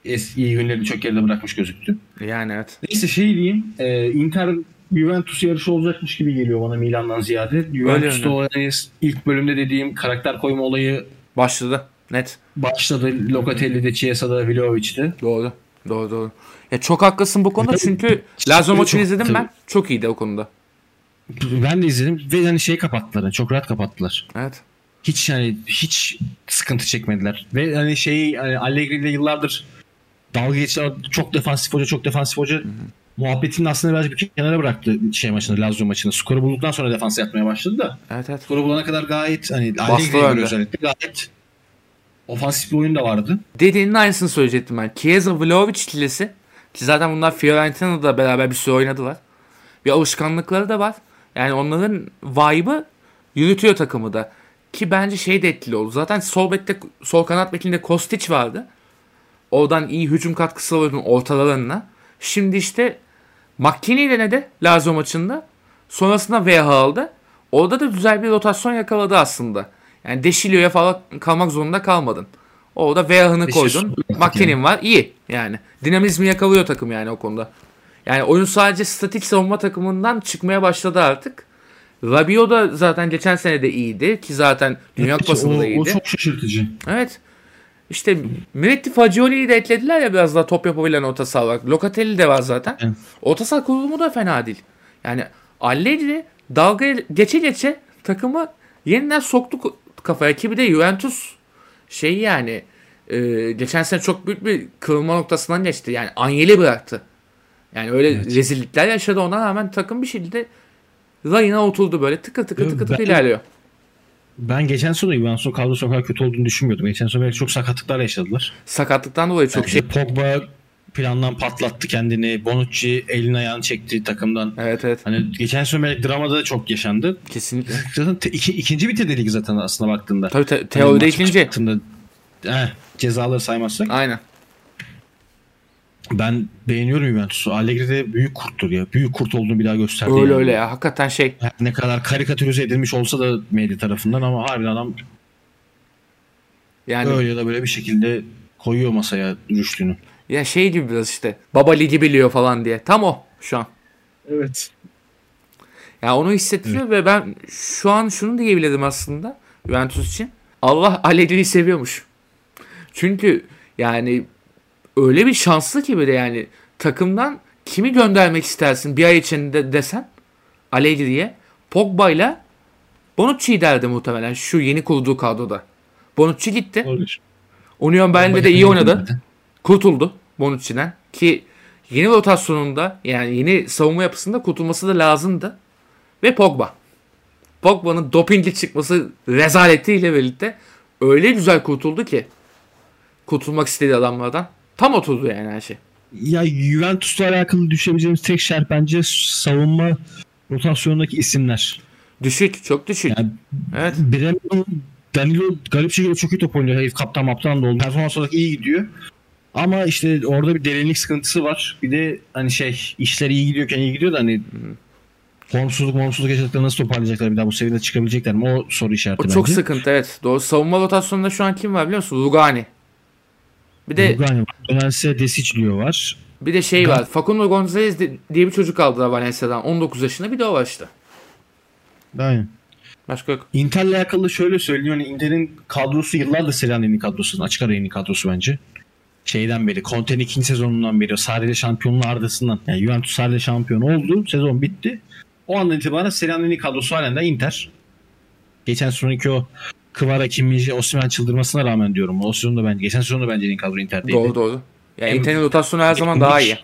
eski iyi günlerini çok geride bırakmış gözüktü. Yani evet. Neyse şey diyeyim. E, Inter Juventus yarışı olacakmış gibi geliyor bana Milan'dan ziyade. Juventus'ta o yani ilk bölümde dediğim karakter koyma olayı başladı. Net. Başladı. Locatelli'de, Chiesa'da, Vlahovic'de. Doğru. Doğru doğru. Ya çok haklısın bu konuda çünkü Lazio maçını izledim tabii. ben. Çok iyiydi o konuda. Ben de izledim ve hani şey kapattılar. Çok rahat kapattılar. Evet. Hiç yani hiç sıkıntı çekmediler. Ve hani şey hani Allegri ile yıllardır dalga geçtiler. Çok defansif hoca, çok defansif hoca. Hı hı. Muhabbetini aslında birazcık bir kenara bıraktı şey maçında, Lazio maçında. Skoru bulduktan sonra defans yapmaya başladı da. Evet evet. Skoru bulana kadar gayet hani Allegri'ye özellikle gayet ofansif bir oyun da vardı. Dediğinin aynısını söyleyecektim ben. Chiesa Vlahovic ikilisi ki zaten bunlar Fiorentina'da beraber bir süre oynadılar. Bir alışkanlıkları da var. Yani onların vibe'ı yürütüyor takımı da. Ki bence şey de etkili oldu. Zaten sol bekte, sol kanat bekinde Kostic vardı. Oradan iyi hücum katkısı alıyordun ortalarına. Şimdi işte McKinney denedi Lazio maçında. Sonrasında V H aldı. Orada da güzel bir rotasyon yakaladı aslında. Yani Deşilio'ya falan kalmak zorunda kalmadın. Orada V H'ını koydun. McKinney var. İyi yani. Dinamizmi yakalıyor takım yani o konuda. Yani oyun sadece statik savunma takımından çıkmaya başladı artık. Rabiot da zaten geçen sene de iyiydi. Ki zaten Dünya evet, Kupası'nda da iyiydi. O çok şaşırtıcı. Evet. İşte Miretti Fagioli'yi de eklediler ya biraz daha top yapabilen orta saha var. Locatelli de var zaten. Evet. Orta saha kurulumu da fena değil. Yani Allegri dalga geçe geçe takımı yeniden soktu kafaya ki bir de Juventus şey yani e, geçen sene çok büyük bir kırılma noktasından geçti. Yani Agnelli bıraktı. Yani öyle evet. rezillikler yaşadı, ona rağmen takım bir şekilde rayına oturdu böyle tıkır tıkır tıkır tıkır ilerliyor. Ben geçen sene Juventus'un kadrosu o kadar kötü olduğunu düşünmüyordum. Geçen sene belki çok sakatlıklar yaşadılar. Sakatlıktan dolayı çok yani şey. Pogba plandan patlattı kendini. Bonucci elini ayağını çekti takımdan. Evet evet. Hani geçen sene belki dramada da çok yaşandı. Kesinlikle. Zaten te, iki, ikinci bitirdi ligi zaten aslında baktığında. Tabii te, teoride yani ikinci. Heh, cezaları saymazsak. Aynen. Ben beğeniyorum Juventus'u. Allegri de büyük kurttur ya. Büyük kurt olduğunu bir daha gösterdi. Öyle yani. öyle ya. Hakikaten şey. Yani ne kadar karikatürize edilmiş olsa da medya tarafından ama harbiden adam yani öyle ya da böyle bir şekilde koyuyor masaya rüştünü. Ya şey gibi biraz işte. Baba ligi biliyor falan diye. Tam o şu an. Evet. Ya onu hissettiriyor evet. Ve ben şu an şunu diyebilirim aslında Juventus için. Allah Allegri'yi seviyormuş. Çünkü yani öyle bir şanslı ki bir de yani takımdan kimi göndermek istersin bir ay içinde desen Allegri'ye Pogba'yla Bonucci'yi derdi muhtemelen şu yeni kurduğu kadroda. Bonucci gitti. Olur. Union Berlin'de de iyi oynadı. Kurtuldu Bonucci'den ki yeni rotasyonunda yani yeni savunma yapısında kurtulması da lazımdı. Ve Pogba. Pogba'nın dopingli çıkması rezaletiyle birlikte öyle güzel kurtuldu ki kurtulmak istediği adamlardan. Tam oturdu yani her şey. Ya Juventus'la alakalı düşebileceğimiz tek şer bence savunma rotasyonundaki isimler. Düşük, çok düşük. Yani, evet. Bremo, Danilo garip şekilde çok iyi top oynuyor. Herif kaptan maptan da oldu. Performans olarak iyi gidiyor. Ama işte orada bir derinlik sıkıntısı var. Bir de hani şey işler iyi gidiyorken iyi gidiyor da hani hmm. formsuzluk formsuzluk yaşadıklarını nasıl toparlayacaklar bir daha bu seviyede çıkabilecekler mi? O soru işareti o bence. Çok sıkıntı evet. Doğru. Savunma rotasyonunda şu an kim var biliyor musun? Lugani. Bir de Lugani var. Valencia Desiclio var. Bir de şey var. Facundo Gonzalez diye bir çocuk aldılar Valencia'dan. on dokuz yaşında bir de o var işte. Aynen. Başka yok. Inter'le alakalı şöyle söyleyeyim. Hani Inter'in kadrosu yıllardır Serie A'nın kadrosu. Açık ara en iyi kadrosu bence. Şeyden beri. Conte'nin ikinci sezonundan beri. Sarri'yle şampiyonluğu ardısından. Yani Juventus Sarri'yle şampiyon oldu. Sezon bitti. O andan itibaren Serie A'nın en iyi kadrosu halen de Inter. Geçen sezonki o Kvara, Kimmich, Osimhen çıldırmasına rağmen diyorum. O sezonda bence. Geçen sezonda bence en iyi kadro Inter'deydi. Doğru doğru. Yani Inter'in rotasyonu her zaman daha iyi.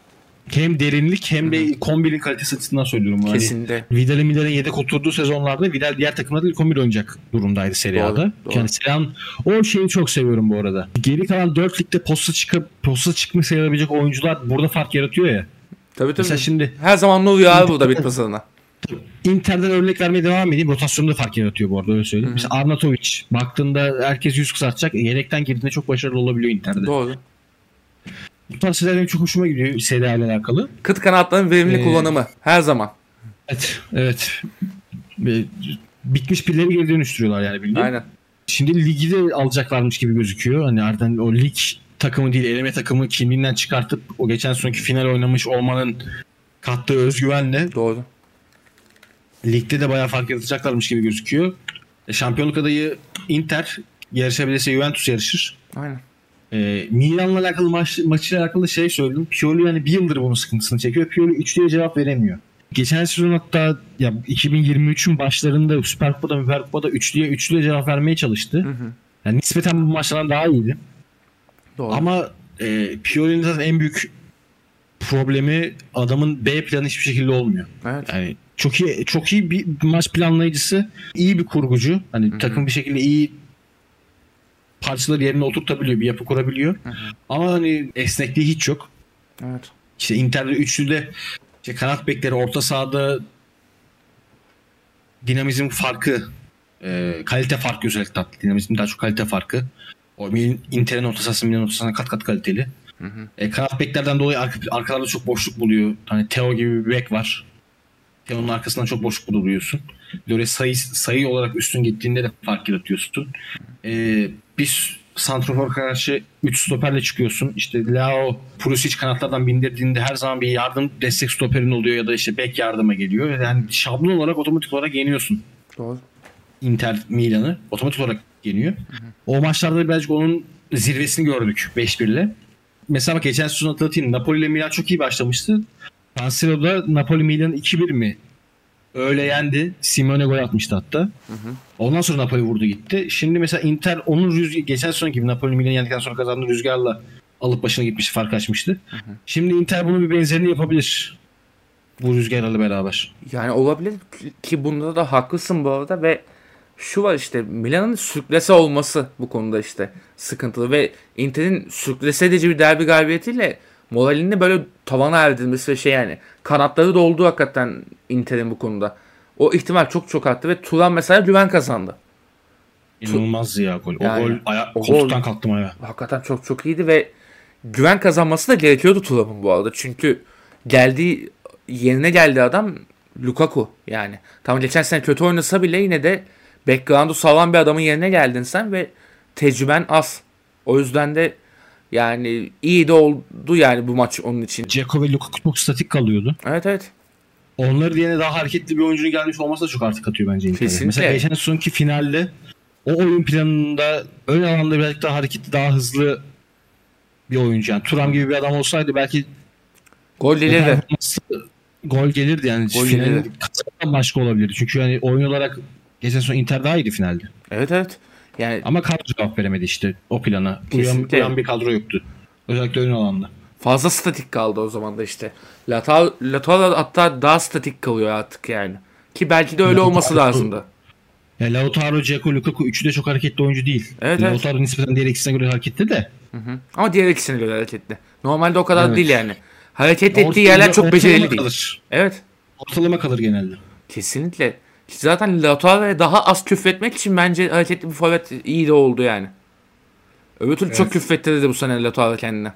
Hem derinlik hem de ilk on birin kalitesi açısından söylüyorum. Kesinlikle. Yani Vidal'in Vidal'in yedek oturduğu sezonlarda Vidal diğer takımlarda ilk on bir oynayacak durumdaydı Serie A'da. Yani Serie A'nın o şeyi çok seviyorum bu arada. Geri kalan dört ligde posta çıkıp posta çıkmış sayılabilecek oyuncular burada fark yaratıyor ya. Tabii tabii. Mesela şimdi her zaman ne oluyor abi burada bitme sana. Inter'den örnek vermeye devam edeyim. Rotasyonda fark yaratıyor bu arada öyle söyleyeyim. Hı-hı. Mesela Arnautovic baktığında herkes yüz kısaltacak. Yedekten girdiğinde çok başarılı olabiliyor Inter'de. Doğru. Bu tarz şeyler benim çok hoşuma gidiyor Serie A ile alakalı. Kıt kanatların verimli ee, kullanımı her zaman. Evet, evet. Bitmiş pilleri geri dönüştürüyorlar yani bildiğin. Aynen. Şimdi ligi de alacaklarmış gibi gözüküyor. Hani ardından o lig takımı değil eleme takımı kimliğinden çıkartıp o geçen sonki final oynamış olmanın kattığı özgüvenle Doğru. ligde de bayağı fark yaratacaklarmış gibi gözüküyor. E, şampiyonluk adayı Inter yarışabilirse Juventus yarışır. Aynen. E, Milan'la alakalı maç, maçıyla alakalı şey söyledim. Pioli yani bir yıldır bunun sıkıntısını çekiyor. Pioli üçlüye cevap veremiyor. Geçen sezon hatta ya iki bin yirmi üçün başlarında Süper Kupa'da Süper Kupa'da üçlüye üçlüye cevap vermeye çalıştı. Hı hı. Yani nispeten bu maçlardan daha iyiydi. Doğru. Ama e, Pioli'nin zaten en büyük problemi adamın B planı hiçbir şekilde olmuyor. Evet. Yani çok iyi çok iyi bir maç planlayıcısı, iyi bir kurgucu. Hani Hı-hı. takım bir şekilde iyi parçaları yerine oturtabiliyor, bir yapı kurabiliyor. Hı-hı. Ama hani esnekliği hiç yok. Evet. İşte Inter'de üçlüde işte kanat bekleri orta sahada dinamizm farkı, e, kalite farkı özellikle. Dinamizm daha çok kalite farkı. O Inter'in orta sahası Milan'ın orta sahasına kat kat kaliteli. Hı hı. E, kanat beklerden dolayı arka, arkalarda çok boşluk buluyor. Hani Theo gibi bir bek var. Theo'nun arkasından çok boşluk buluyorsun. Böyle sayı, sayı olarak üstün gittiğinde de fark yaratıyorsun. E, bir santrofor karşı üç stoperle çıkıyorsun. İşte Leao, Pulisic kanatlardan bindirdiğinde her zaman bir yardım destek stoperin oluyor ya da işte bek yardıma geliyor. Yani şablon olarak otomatik olarak yeniyorsun. Doğru. Inter Milan'ı otomatik olarak yeniyor. Hı hı. O maçlarda birazcık onun zirvesini gördük beş birle. Mesela bak geçen sezon hatırlatayım. Napoli ile Milan çok iyi başlamıştı. San Siro'da Napoli Milan iki bir mi? Öyle yendi. Simeone gol atmıştı hatta. Hı hı. Ondan sonra Napoli vurdu gitti. Şimdi mesela Inter onun rüzgar geçen sezon gibi Napoli Milan yendikten sonra kazandığı rüzgarla alıp başına gitmiş, fark açmıştı. Hı hı. Şimdi Inter bunun bir benzerini yapabilir. Bu rüzgarla beraber. Yani olabilir ki bunda da haklısın bu arada ve şu var işte Milan'ın sürklese olması bu konuda işte sıkıntılı ve Inter'in sürklese edici bir derbi galibiyetiyle moralini böyle tavana erdirmesi ve şey yani kanatları doldu hakikaten Inter'in bu konuda. O ihtimal çok çok arttı ve Turan mesela güven kazandı. İnanılmazdı ya gol. O yani, gol aya- o koltuktan gol, kalktım ayağa. Hakikaten çok çok iyiydi ve güven kazanması da gerekiyordu Turan'ın bu arada. Çünkü geldiği yerine geldiği adam Lukaku yani. Tamam geçen sene kötü oynasa bile yine de background'u sağlam bir adamın yerine geldin sen ve tecrüben az. O yüzden de yani iyi de oldu yani bu maç onun için. Dzeko ve Lukaku çok statik kalıyordu. Evet evet. Onları diyene daha hareketli bir oyuncunun gelmiş olması da çok artık atıyor bence Inter'e. Kesinlikle. Mesela geçen sonki finalde o oyun planında ön alanda birazcık daha hareketli, daha hızlı bir oyuncu. Yani Thuram gibi bir adam olsaydı belki gol gelirdi. Gol gelirdi yani. Gol Finalin kazanan başka olabilirdi. Çünkü yani oyun olarak geçen son Inter daha iyiydi finalde. Evet evet. Yani ama kadro cevap veremedi işte o plana. Uyan, uyan bir kadro yoktu. Özellikle ön alanda. Fazla statik kaldı o zaman da işte. Latal, Latal hatta daha statik kalıyor artık yani. Ki belki de öyle Lautaro, olması lazımdı. Ya Lautaro, Dzeko, Lukaku üçü de çok hareketli oyuncu değil. Evet, Lautaro evet. nispeten diğer ikisine göre hareketli de. Hı hı. Ama diğer ikisine göre hareketli. Normalde o kadar evet. değil yani. Hareket ettiği ortalama, yerler çok becerili değil. Kalır. Evet. Ortalama kalır genelde. Kesinlikle. Zaten Lautaro'ya daha az küfretmek için bence hareketli bir forvet iyi de oldu yani. Öbür türlü evet. Çok küfrettirdi bu sene Lautaro kendine.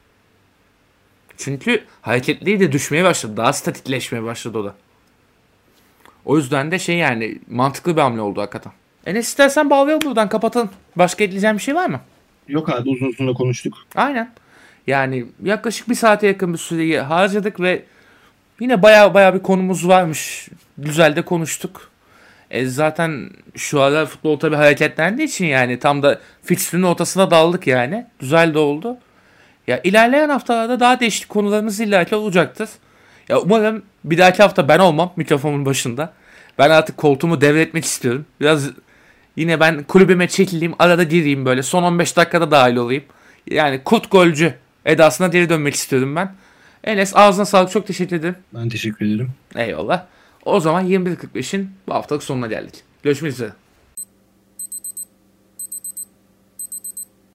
Çünkü hareketliği de düşmeye başladı. Daha statikleşmeye başladı o da. O yüzden de şey yani mantıklı bir hamle oldu hakikaten. Enes istersen bağlayalım buradan kapatalım. Başka ekleyeceğim bir şey var mı? Yok abi uzun uzun da konuştuk. Aynen. Yani yaklaşık bir saate yakın bir süreyi harcadık ve yine baya baya bir konumuz varmış. Güzel de konuştuk. E zaten şu aralar futbol tabii hareketlendiği için yani tam da fikstürün ortasına daldık yani. Güzel de oldu. Ya ilerleyen haftalarda daha değişik konularımız illaki olacaktır. Ya umarım bir dahaki hafta ben olmam mikrofonun başında. Ben artık koltuğumu devretmek istiyorum. Biraz yine ben kulübüme çekileyim, arada gireyim böyle. Son on beş dakikada dahil olayım. Yani kurt golcü edasına geri dönmek istiyorum ben. Enes ağzına sağlık, çok teşekkür ederim. Ben teşekkür ederim. Eyvallah. O zaman yirmi bir kırk beşin bu haftalık sonuna geldik. Görüşmek üzere.